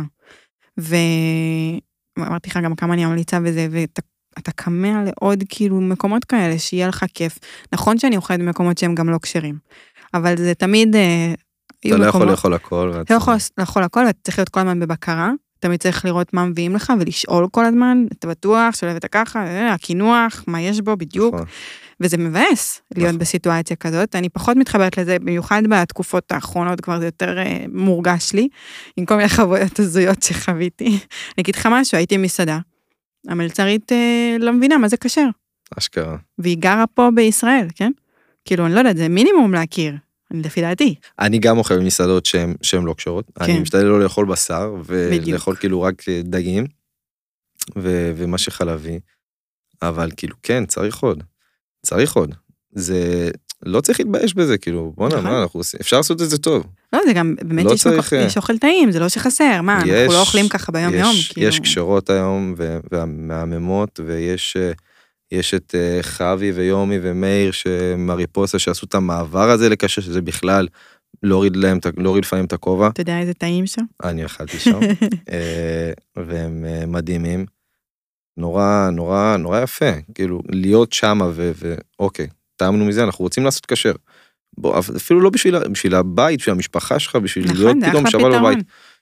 [SPEAKER 1] ואמרתי לך גם כמה אני ממליצה בזה, ואתה קמה לעוד כאילו מקומות כאלה, שיהיה לך כיף, נכון שאני אוכלת במקומות שהם גם לא כשרים, אבל זה תמיד,
[SPEAKER 2] אתה לא יכול לאכול הכל.
[SPEAKER 1] אתה לא יכול לאכול הכל, ואתה צריך להיות כל הזמן בבקרה, תמיד צריך לראות מה מביאים לך, ולשאול כל הזמן, אתה בטוח, שולב את ככה, הקינוח, מה יש בו בדיוק, וזה מבאס להיות בסיטואציה כזאת, אני פחות מתחברת לזה, במיוחד בתקופות האחרונות, כבר זה יותר מורגש לי, עם כל מיני חוויות הזויות שחוויתי. אני אגיד לך משהו, הייתי מסעדה, המלצרית לא מבינה מה זה כשר.
[SPEAKER 2] אשכרה.
[SPEAKER 1] והיא גרה פה בישראל, כן? כאילו, אני לא יודעת, זה מינימום להכיר. לפי דעתי.
[SPEAKER 2] אני גם אוכל במסעדות שהן לא קשרות. כן. אני משתדל לא לאכול בשר, ולאכול כאילו רק דגים, ומה שחלבי. אבל כאילו, כן, צריך עוד. צריך עוד. זה, לא צריך להתבייש בזה, כאילו, בוא נאמר, אפשר לעשות את זה טוב.
[SPEAKER 1] לא, זה גם, באמת יש אוכל טעים, זה לא שחסר, מה, אנחנו לא אוכלים ככה ביום יום.
[SPEAKER 2] יש קשרות היום, והמהממות, יש את חווי ויומי ומאיר שמריפוסה שעשו את המעבר הזה לקשר, שזה בכלל להוריד לפעמים את הכובע.
[SPEAKER 1] אתה יודע איזה טעים שם?
[SPEAKER 2] אני אכלתי שם, והם מדהימים. נורא, נורא, נורא יפה, כאילו, להיות שם ואוקיי, טעמנו מזה, אנחנו רוצים לעשות כשר. אפילו לא בשביל הבית, בשביל המשפחה שלך, בשביל להיות פתאום שווה בבית.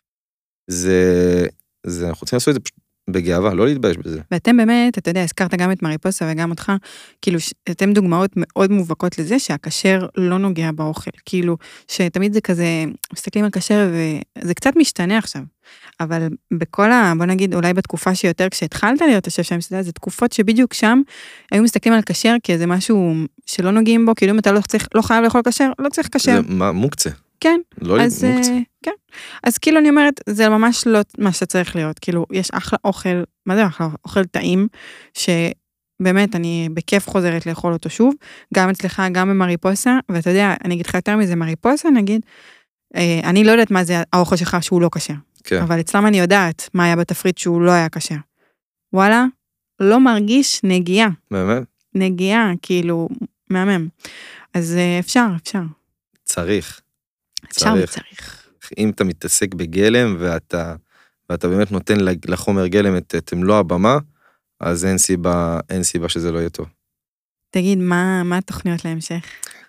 [SPEAKER 2] אנחנו רוצים לעשות את זה בגאווה, לא להתבייש בזה.
[SPEAKER 1] ואתם באמת, אתה יודע, הזכרת גם את מריפוסה וגם אותך, כאילו, אתם דוגמאות מאוד מובהקות לזה שהכשר לא נוגע באוכל, כאילו, שתמיד זה כזה, מסתכלים על כשר וזה קצת משתנה עכשיו, אבל בכל בוא נגיד, אולי בתקופה שיותר, כשהתחלת להיות השף שם, זה תקופות שבדיוק שם, היו מסתכלים על כשר כאיזה משהו שלא נוגעים בו, כאילו אם אתה לא חייב לאכול כשר, לא צריך כשר.
[SPEAKER 2] זה מוקצה.
[SPEAKER 1] כן,
[SPEAKER 2] לא
[SPEAKER 1] אז, כן. אז כאילו אני אומרת, זה ממש לא מה שצריך להיות, כאילו יש אחלה אוכל, מה זה אחלה? אוכל טעים, שבאמת אני בכיף חוזרת לאכול אותו שוב, גם אצלך, גם במריפוסה, ואתה יודע, אני אגיד לך יותר מזה, מריפוסה נגיד, אני לא יודעת מה זה האוכל שלך שהוא לא כשר,
[SPEAKER 2] כן.
[SPEAKER 1] אבל אצלם אני יודעת מה היה בתפריט שהוא לא היה כשר. וואלה, לא מרגיש נגיעה.
[SPEAKER 2] באמת?
[SPEAKER 1] נגיעה, כאילו, מהמם. אז אפשר.
[SPEAKER 2] צריך.
[SPEAKER 1] צריך.
[SPEAKER 2] אם אתה מתעסק בגלם, ואתה באמת נותן לחומר גלם את מלוא הבמה, אז אין סיבה שזה לא יהיה טוב.
[SPEAKER 1] תגיד, מה התוכניות להמשך?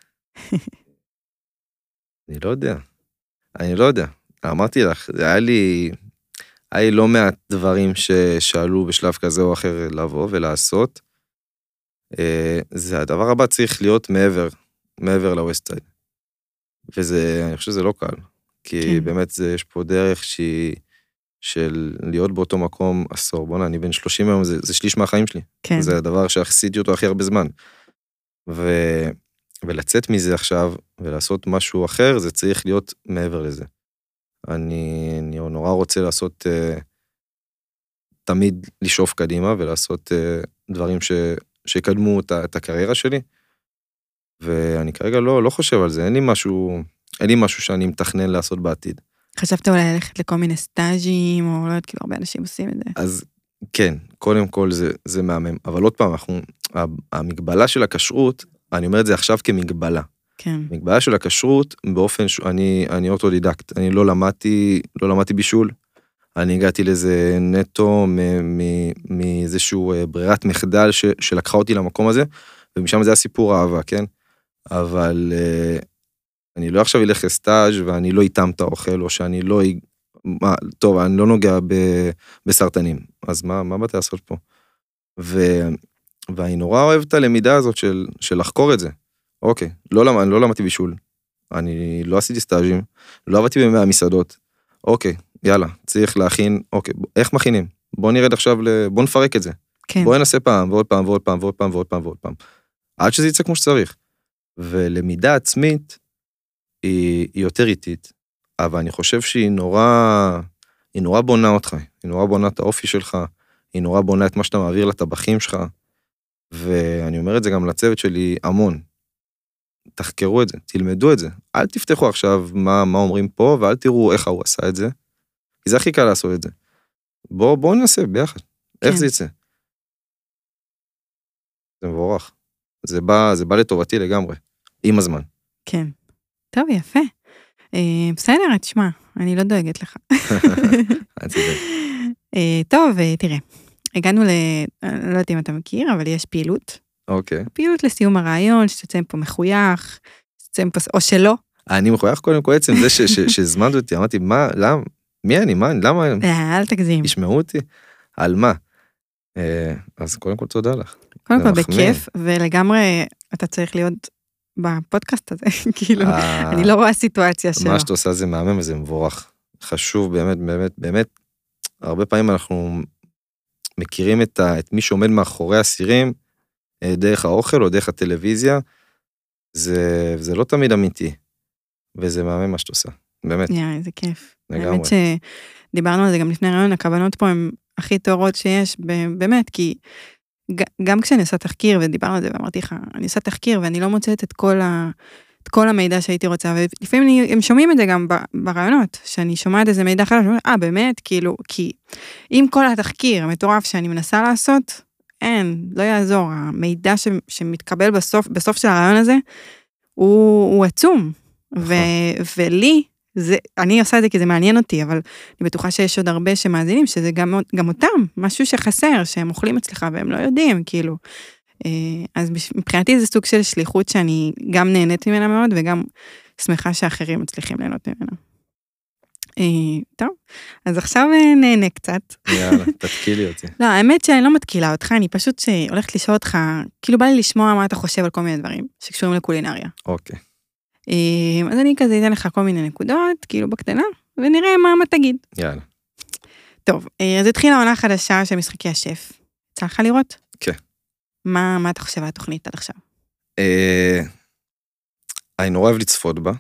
[SPEAKER 2] אני לא יודע. אמרתי לך, היה לי לא מעט דברים ששאלו בשלב כזה או אחר לבוא ולעשות. זה הדבר הבא צריך להיות מעבר לווסטסייד. וזה, אני חושב שזה לא קל. כי באמת יש פה דרך של להיות באותו מקום עשור. בוא'נה, אני בן 30 היום, זה שליש מהחיים שלי.
[SPEAKER 1] כן.
[SPEAKER 2] זה הדבר שעשיתי אותו הכי הרבה זמן. ולצאת מזה עכשיו, ולעשות משהו אחר, זה צריך להיות מעבר לזה. אני נורא רוצה לעשות, תמיד לשאוף קדימה ולעשות דברים שיקדמו את הקריירה שלי, ואני כרגע לא חושב על זה, אין לי משהו שאני מתכנן לעשות בעתיד.
[SPEAKER 1] חשבת אולי ללכת לכל מיני סטאז'ים, או לא יודעת, כאילו הרבה אנשים עושים את זה.
[SPEAKER 2] אז כן, קודם כל זה מהמם, אבל עוד פעם, המגבלה של הכשרות, אני אומר את זה עכשיו כמגבלה.
[SPEAKER 1] כן.
[SPEAKER 2] מגבלה של הכשרות, באופן אני אוטודידקט, אני לא למדתי בישול, אני הגעתי לזה נטו מאיזשהו ברירת מחדל שלקחה אותי למקום הזה, ומשם זה הסיפור האהבה, כן? אבל אני לא עכשיו אלך לסטאז' ואני לא איתם את האוכל, או שאני לא, טוב, אני לא נוגע בסרטנים, אז מה באתי לעשות פה? ואני נורא אוהב את הלמידה הזאת של לחקור את זה. אוקיי, אני לא למדתי בישול, אני לא עשיתי סטאז'ים, לא עבדתי במסעדות, אוקיי, יאללה, צריך להכין, אוקיי, איך מכינים? בוא נרד עכשיו, בוא נפרק את זה.
[SPEAKER 1] כן.
[SPEAKER 2] בוא ננסה פעם, ועוד פעם, ועוד פעם, ועוד פעם, ועוד פעם, ועוד פעם. עד שזה יצא כמו שצריך. ולמידה עצמית היא יותר איטית, אבל אני חושב שהיא נורא בונה אותך, היא נורא בונה את האופי שלך, היא נורא בונה את מה שאתה מעביר לטבחים שלך, ואני אומר את זה גם לצוות שלי המון. תחקרו את זה, תלמדו את זה, אל תפתחו עכשיו מה אומרים פה, ואל תראו איך הוא עשה את זה, כי זה הכי קל לעשות את זה. בואו ננסה ביחד, איך זה יצא? זה מבורך. זה בא לטובתי לגמרי, עם הזמן.
[SPEAKER 1] כן. טוב, יפה. בסדר, תשמע, אני לא דואגת לך. טוב, תראה, הגענו אני לא יודעת אם אתה מכיר, אבל יש פעילות.
[SPEAKER 2] אוקיי.
[SPEAKER 1] פעילות לסיום הרעיון, שתצא פה מחוייך, או שלא.
[SPEAKER 2] אני מחוייך קודם כל עצם זה שהזמנת אותי, אמרתי, מה, למה? מי אני? למה?
[SPEAKER 1] אל תגזים.
[SPEAKER 2] ישמעו אותי? על מה? אז קודם כל תודה לך.
[SPEAKER 1] קודם כל בכיף, ולגמרי אתה צריך להיות בפודקאסט הזה, כאילו, אני לא רואה סיטואציה שלו.
[SPEAKER 2] מה שאתה עושה זה מהמם וזה מבורך. חשוב באמת, באמת, באמת, הרבה פעמים אנחנו מכירים את מי שעומד מאחורי הסירים, דרך האוכל או דרך הטלוויזיה, זה לא תמיד אמיתי, וזה מהמם מה שאתה עושה, באמת.
[SPEAKER 1] זה כיף.
[SPEAKER 2] לגמרי.
[SPEAKER 1] האמת שדיברנו על זה גם לפני רעיון, הכוונות פה הן הכי טהורות שיש, באמת, כי גם כשאני עושה תחקיר, ודיברנו על זה ואמרתי לך, אני עושה תחקיר ואני לא מוצאת את כל המידע שהייתי רוצה, ולפעמים הם שומעים את זה גם ברעיונות, שאני שומעת איזה מידע אחר, באמת, כאילו, כי עם כל התחקיר המטורף שאני מנסה לעשות, לא יעזור, המידע שמתקבל בסוף של הרעיון הזה, הוא עצום, ולי, אני עושה את זה כי זה מעניין אותי, אבל אני בטוחה שיש עוד הרבה שמאזינים, שזה גם אותם, משהו שחסר, שהם אוכלים אצלך והם לא יודעים, כאילו. אז מבחינתי זה סוג של שליחות שאני גם נהנית ממנה מאוד, וגם שמחה שאחרים מצליחים ליהנות ממנה. טוב, אז עכשיו נהנה קצת.
[SPEAKER 2] יאללה, תתקילי אותי.
[SPEAKER 1] לא, האמת שאני לא מתקילה אותך, אני פשוט הולכת לשאול אותך, כאילו בא לי לשמוע מה אתה חושב על כל מיני דברים שקשורים לקולינריה.
[SPEAKER 2] אוקיי.
[SPEAKER 1] אז אני כזה אתן לך כל מיני נקודות, כאילו בקטנה, ונראה מה תגיד.
[SPEAKER 2] יאללה.
[SPEAKER 1] טוב, אז התחילה העונה חדשה של משחקי השף. יצא לך לראות?
[SPEAKER 2] כן.
[SPEAKER 1] מה אתה חושב על התוכנית עד עכשיו?
[SPEAKER 2] אני נורא אוהב לצפות בה.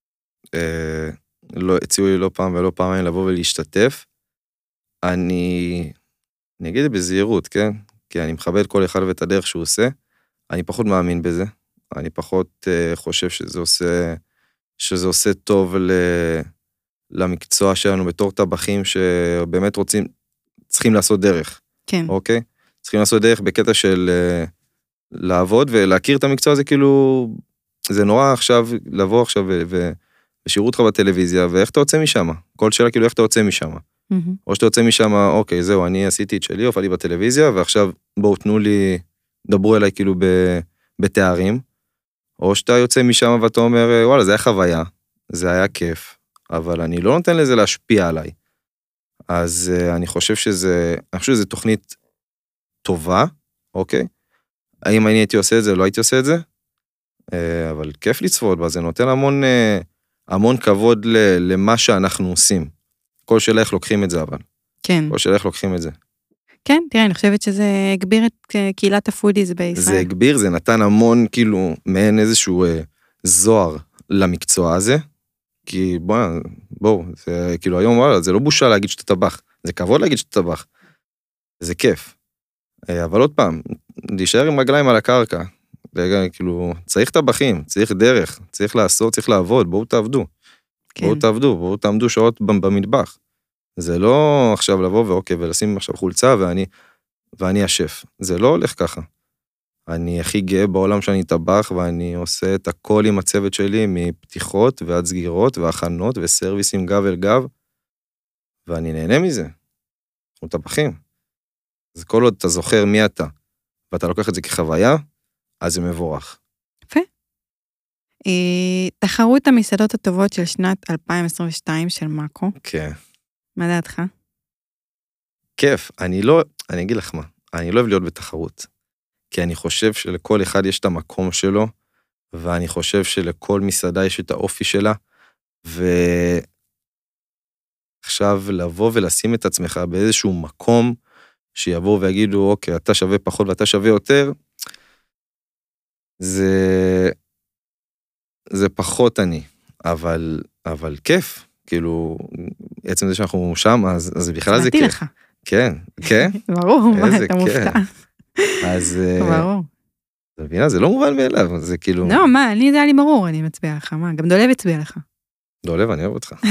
[SPEAKER 2] הציעו לי לא פעם ולא פעמיים לבוא ולהשתתף. אני אגיד את זה בזהירות, כן? כי אני מכבד כל אחד ואת הדרך שהוא עושה. אני פחות מאמין בזה. אני פחות חושב שזה עושה טוב למקצוע שלנו בתור טבחים שבאמת צריכים לעשות דרך.
[SPEAKER 1] כן.
[SPEAKER 2] אוקיי? צריכים לעשות דרך בקטע של לעבוד ולהכיר את המקצוע הזה, כאילו, זה נורא עכשיו, לבוא עכשיו ושירו אותך בטלוויזיה, ואיך אתה יוצא משם? כל שאלה כאילו איך אתה יוצא משם? או שאתה יוצא משם, אוקיי, זהו, אני עשיתי את שלי, הופעתי בטלוויזיה, ועכשיו בואו תנו לי, דברו אליי כאילו בתארים, או שאתה יוצא משם ואתה אומר, וואלה, זה היה חוויה, זה היה כיף, אבל אני לא נותן לזה להשפיע עליי. אז אני חושב שזה תוכנית טובה, אוקיי? האם אני הייתי עושה את זה, לא הייתי עושה את זה? אבל כיף לצפות בה, זה נותן המון כבוד למה שאנחנו עושים. כל שאלה איך לוקחים את זה, אבל.
[SPEAKER 1] כן.
[SPEAKER 2] כל שאלה איך לוקחים את זה.
[SPEAKER 1] כן, תראה, אני חושבת שזה הגביר את קהילת הפודיז בישראל.
[SPEAKER 2] זה הגביר, זה נתן המון, כאילו, מעין איזשהו זוהר למקצוע הזה, כי בואו, זה כאילו היום, וואלה, זה לא בושה להגיד שאתה טבח, זה כבוד להגיד שאתה טבח, זה כיף. אבל עוד פעם, להישאר עם רגליים על הקרקע, כאילו, צריך טבחים, צריך דרך, צריך לעשות, צריך לעבוד, בואו תעבדו. כן. בואו תעמדו שעות במטבח. זה לא עכשיו לבוא ואוקיי, ולשים עכשיו חולצה ואני השף. זה לא הולך ככה. אני הכי גאה בעולם שאני טבח, ואני עושה את הכל עם הצוות שלי, מפתיחות ועד סגירות והכנות וסרוויסים גב אל גב, ואני נהנה מזה. אנחנו טבחים. אז כל עוד אתה זוכר מי אתה, ואתה לוקח את זה כחוויה, אז זה מבורך.
[SPEAKER 1] יפה. תחרות המסעדות הטובות של שנת 2022 של מאקו.
[SPEAKER 2] כן.
[SPEAKER 1] מה דעתך?
[SPEAKER 2] כיף. אני אגיד לך מה, אני לא אוהב להיות בתחרות. כי אני חושב שלכל אחד יש את המקום שלו, ואני חושב שלכל מסעדה יש את האופי שלה, ועכשיו לבוא ולשים את עצמך באיזשהו מקום, שיבואו ויגידו, אוקיי, אתה שווה פחות ואתה שווה יותר, זה פחות אני, אבל כיף, כאילו, עצם זה שאנחנו שם, אז בכלל זה כיף.
[SPEAKER 1] שמעתי לך.
[SPEAKER 2] כן, כן.
[SPEAKER 1] ברור, מה, אתה מופתע.
[SPEAKER 2] אז,
[SPEAKER 1] ברור.
[SPEAKER 2] אתה מבינה, זה לא מובן מאליו, זה כאילו...
[SPEAKER 1] לא, מה, זה היה לי ברור, אני מצביע לך, מה, גם דולב הצביע לך.
[SPEAKER 2] דולב, אני אוהב אותך.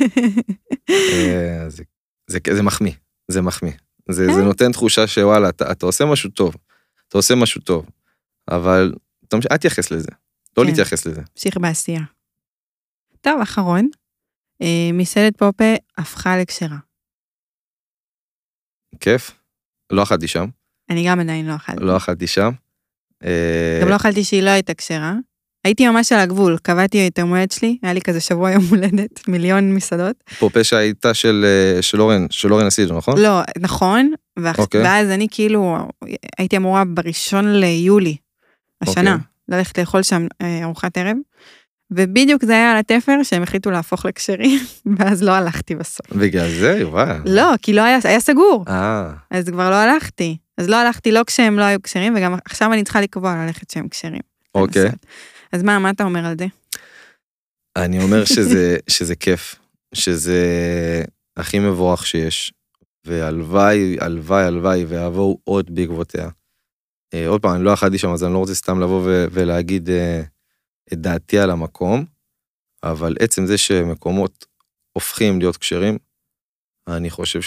[SPEAKER 2] זה מחמיא, זה מחמיא. זה נותן תחושה שוואלה, אתה עושה משהו טוב, אבל אל תייחס לזה, לא להתייחס לזה.
[SPEAKER 1] המשיך בעשייה. טוב, אחרון, מסעדת פופה הפכה לקשרה.
[SPEAKER 2] כיף, לא אכלתי שם.
[SPEAKER 1] אני גם עדיין לא אכלתי.
[SPEAKER 2] לא אכלתי שם.
[SPEAKER 1] גם לא אכלתי שהיא לא הייתה כשרה. הייתי ממש על הגבול, קבעתי את המועד שלי, היה לי כזה שבוע יום הולדת, 1,000,000 מסעדות.
[SPEAKER 2] פופה שהייתה של אורן אסידו, נכון?
[SPEAKER 1] לא, נכון, ואז אני כאילו, הייתי אמורה ב1 ליולי, השנה, ללכת לאכול שם ארוחת ערב, ובדיוק זה היה על התפר שהם החליטו להפוך לקשרים, ואז לא הלכתי בסוף.
[SPEAKER 2] בגלל זה, וואי.
[SPEAKER 1] לא, כי לא היה סגור. אז כבר לא הלכתי. אז לא הלכתי לא כשהם לא היו כשרים, וגם עכשיו אני צריכה לקבוע ללכת שהם כשרים.
[SPEAKER 2] אוקיי.
[SPEAKER 1] אז מה אתה אומר על זה?
[SPEAKER 2] אני אומר שזה כיף, שזה הכי מבורך שיש, והלוואי, ויבואו עוד בעקבותיה. עוד פעם, אני לא אכלתי שם, אז אני לא רוצה סתם לבוא ולהגיד את דעתי על המקום, אבל עצם זה שמקומות הופכים להיות כשרים, אני חושב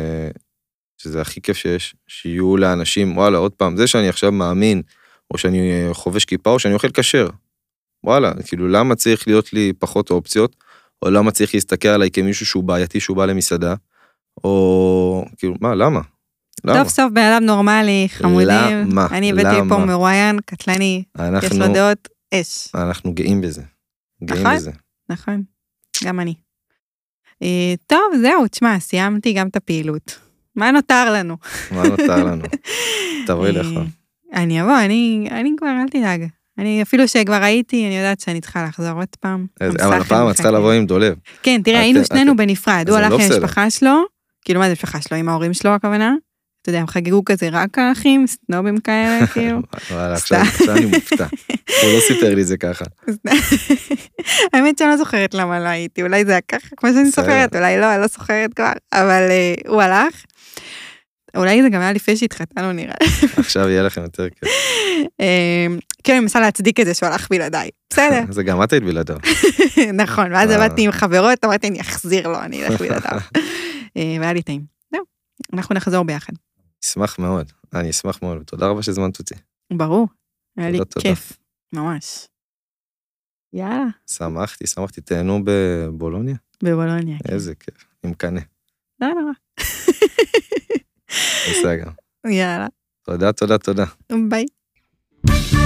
[SPEAKER 2] שזה הכי כיף שיש, שיהיו לאנשים, וואלה, עוד פעם, זה שאני עכשיו מאמין, או שאני חובש כיפה, או שאני אוכל כשר. וואלה, כאילו, למה צריך להיות לי פחות אופציות, או למה צריך להסתכל עליי כמישהו שהוא בעייתי, שהוא בא למסעדה, או, כאילו, למה?
[SPEAKER 1] סוף סוף באדם נורמלי, חמודים.
[SPEAKER 2] למה?
[SPEAKER 1] אני הבאתי פה מרואיין, קטלני, יש לו דעות אש.
[SPEAKER 2] אנחנו גאים בזה.
[SPEAKER 1] נכון, גם אני. טוב, זהו, תשמע, סיימתי גם את הפעילות. מה נותר לנו?
[SPEAKER 2] תבואי לך.
[SPEAKER 1] אני אבוא, אני כבר, אל תדאג. אני אפילו שכבר הייתי, אני יודעת שאני צריכה לחזור עוד פעם.
[SPEAKER 2] אבל הפעם את צריכה לבוא עם דולב.
[SPEAKER 1] כן, תראה, היינו שנינו בנפרד, הוא הלך עם המשפחה שלו, כאילו מה זה המשפחה שלו, עם ההורים שלו הכוונה, אתה יודע, הם חגגו כזה רק האחים, סנובים כאלה, כאילו.
[SPEAKER 2] עכשיו אני מופתע, הוא לא סיפר לי זה ככה.
[SPEAKER 1] האמת שאני לא זוכרת למה לא הייתי, אולי זה היה ככה, כמו שאני זוכרת, אולי לא, אני לא זוכרת כבר, אבל הוא הלך. אולי זה גם היה לפני שהתחתנו נראה.
[SPEAKER 2] עכשיו יהיה לכם יותר כיף.
[SPEAKER 1] כן, אני מנסה להצדיק את זה שהוא הלך בלעדיי. בסדר.
[SPEAKER 2] זה גם את היית בלעדיו.
[SPEAKER 1] נכון, ואז עבדתי עם חברות, אמרתי, אני אחזיר לו, אני אלך בלעדיו. והיה לי טעים. זהו, אנחנו נחזור ביחד.
[SPEAKER 2] אני אשמח מאוד, ותודה רבה שהזמנת אותי.
[SPEAKER 1] ברור, היה לי כיף, ממש. יאללה.
[SPEAKER 2] שמחתי, תהנו בבולוניה.
[SPEAKER 1] בבולוניה.
[SPEAKER 2] איזה כיף, עם קנה.
[SPEAKER 1] לא נורא.
[SPEAKER 2] בסדר.
[SPEAKER 1] יאללה.
[SPEAKER 2] תודה.
[SPEAKER 1] ביי.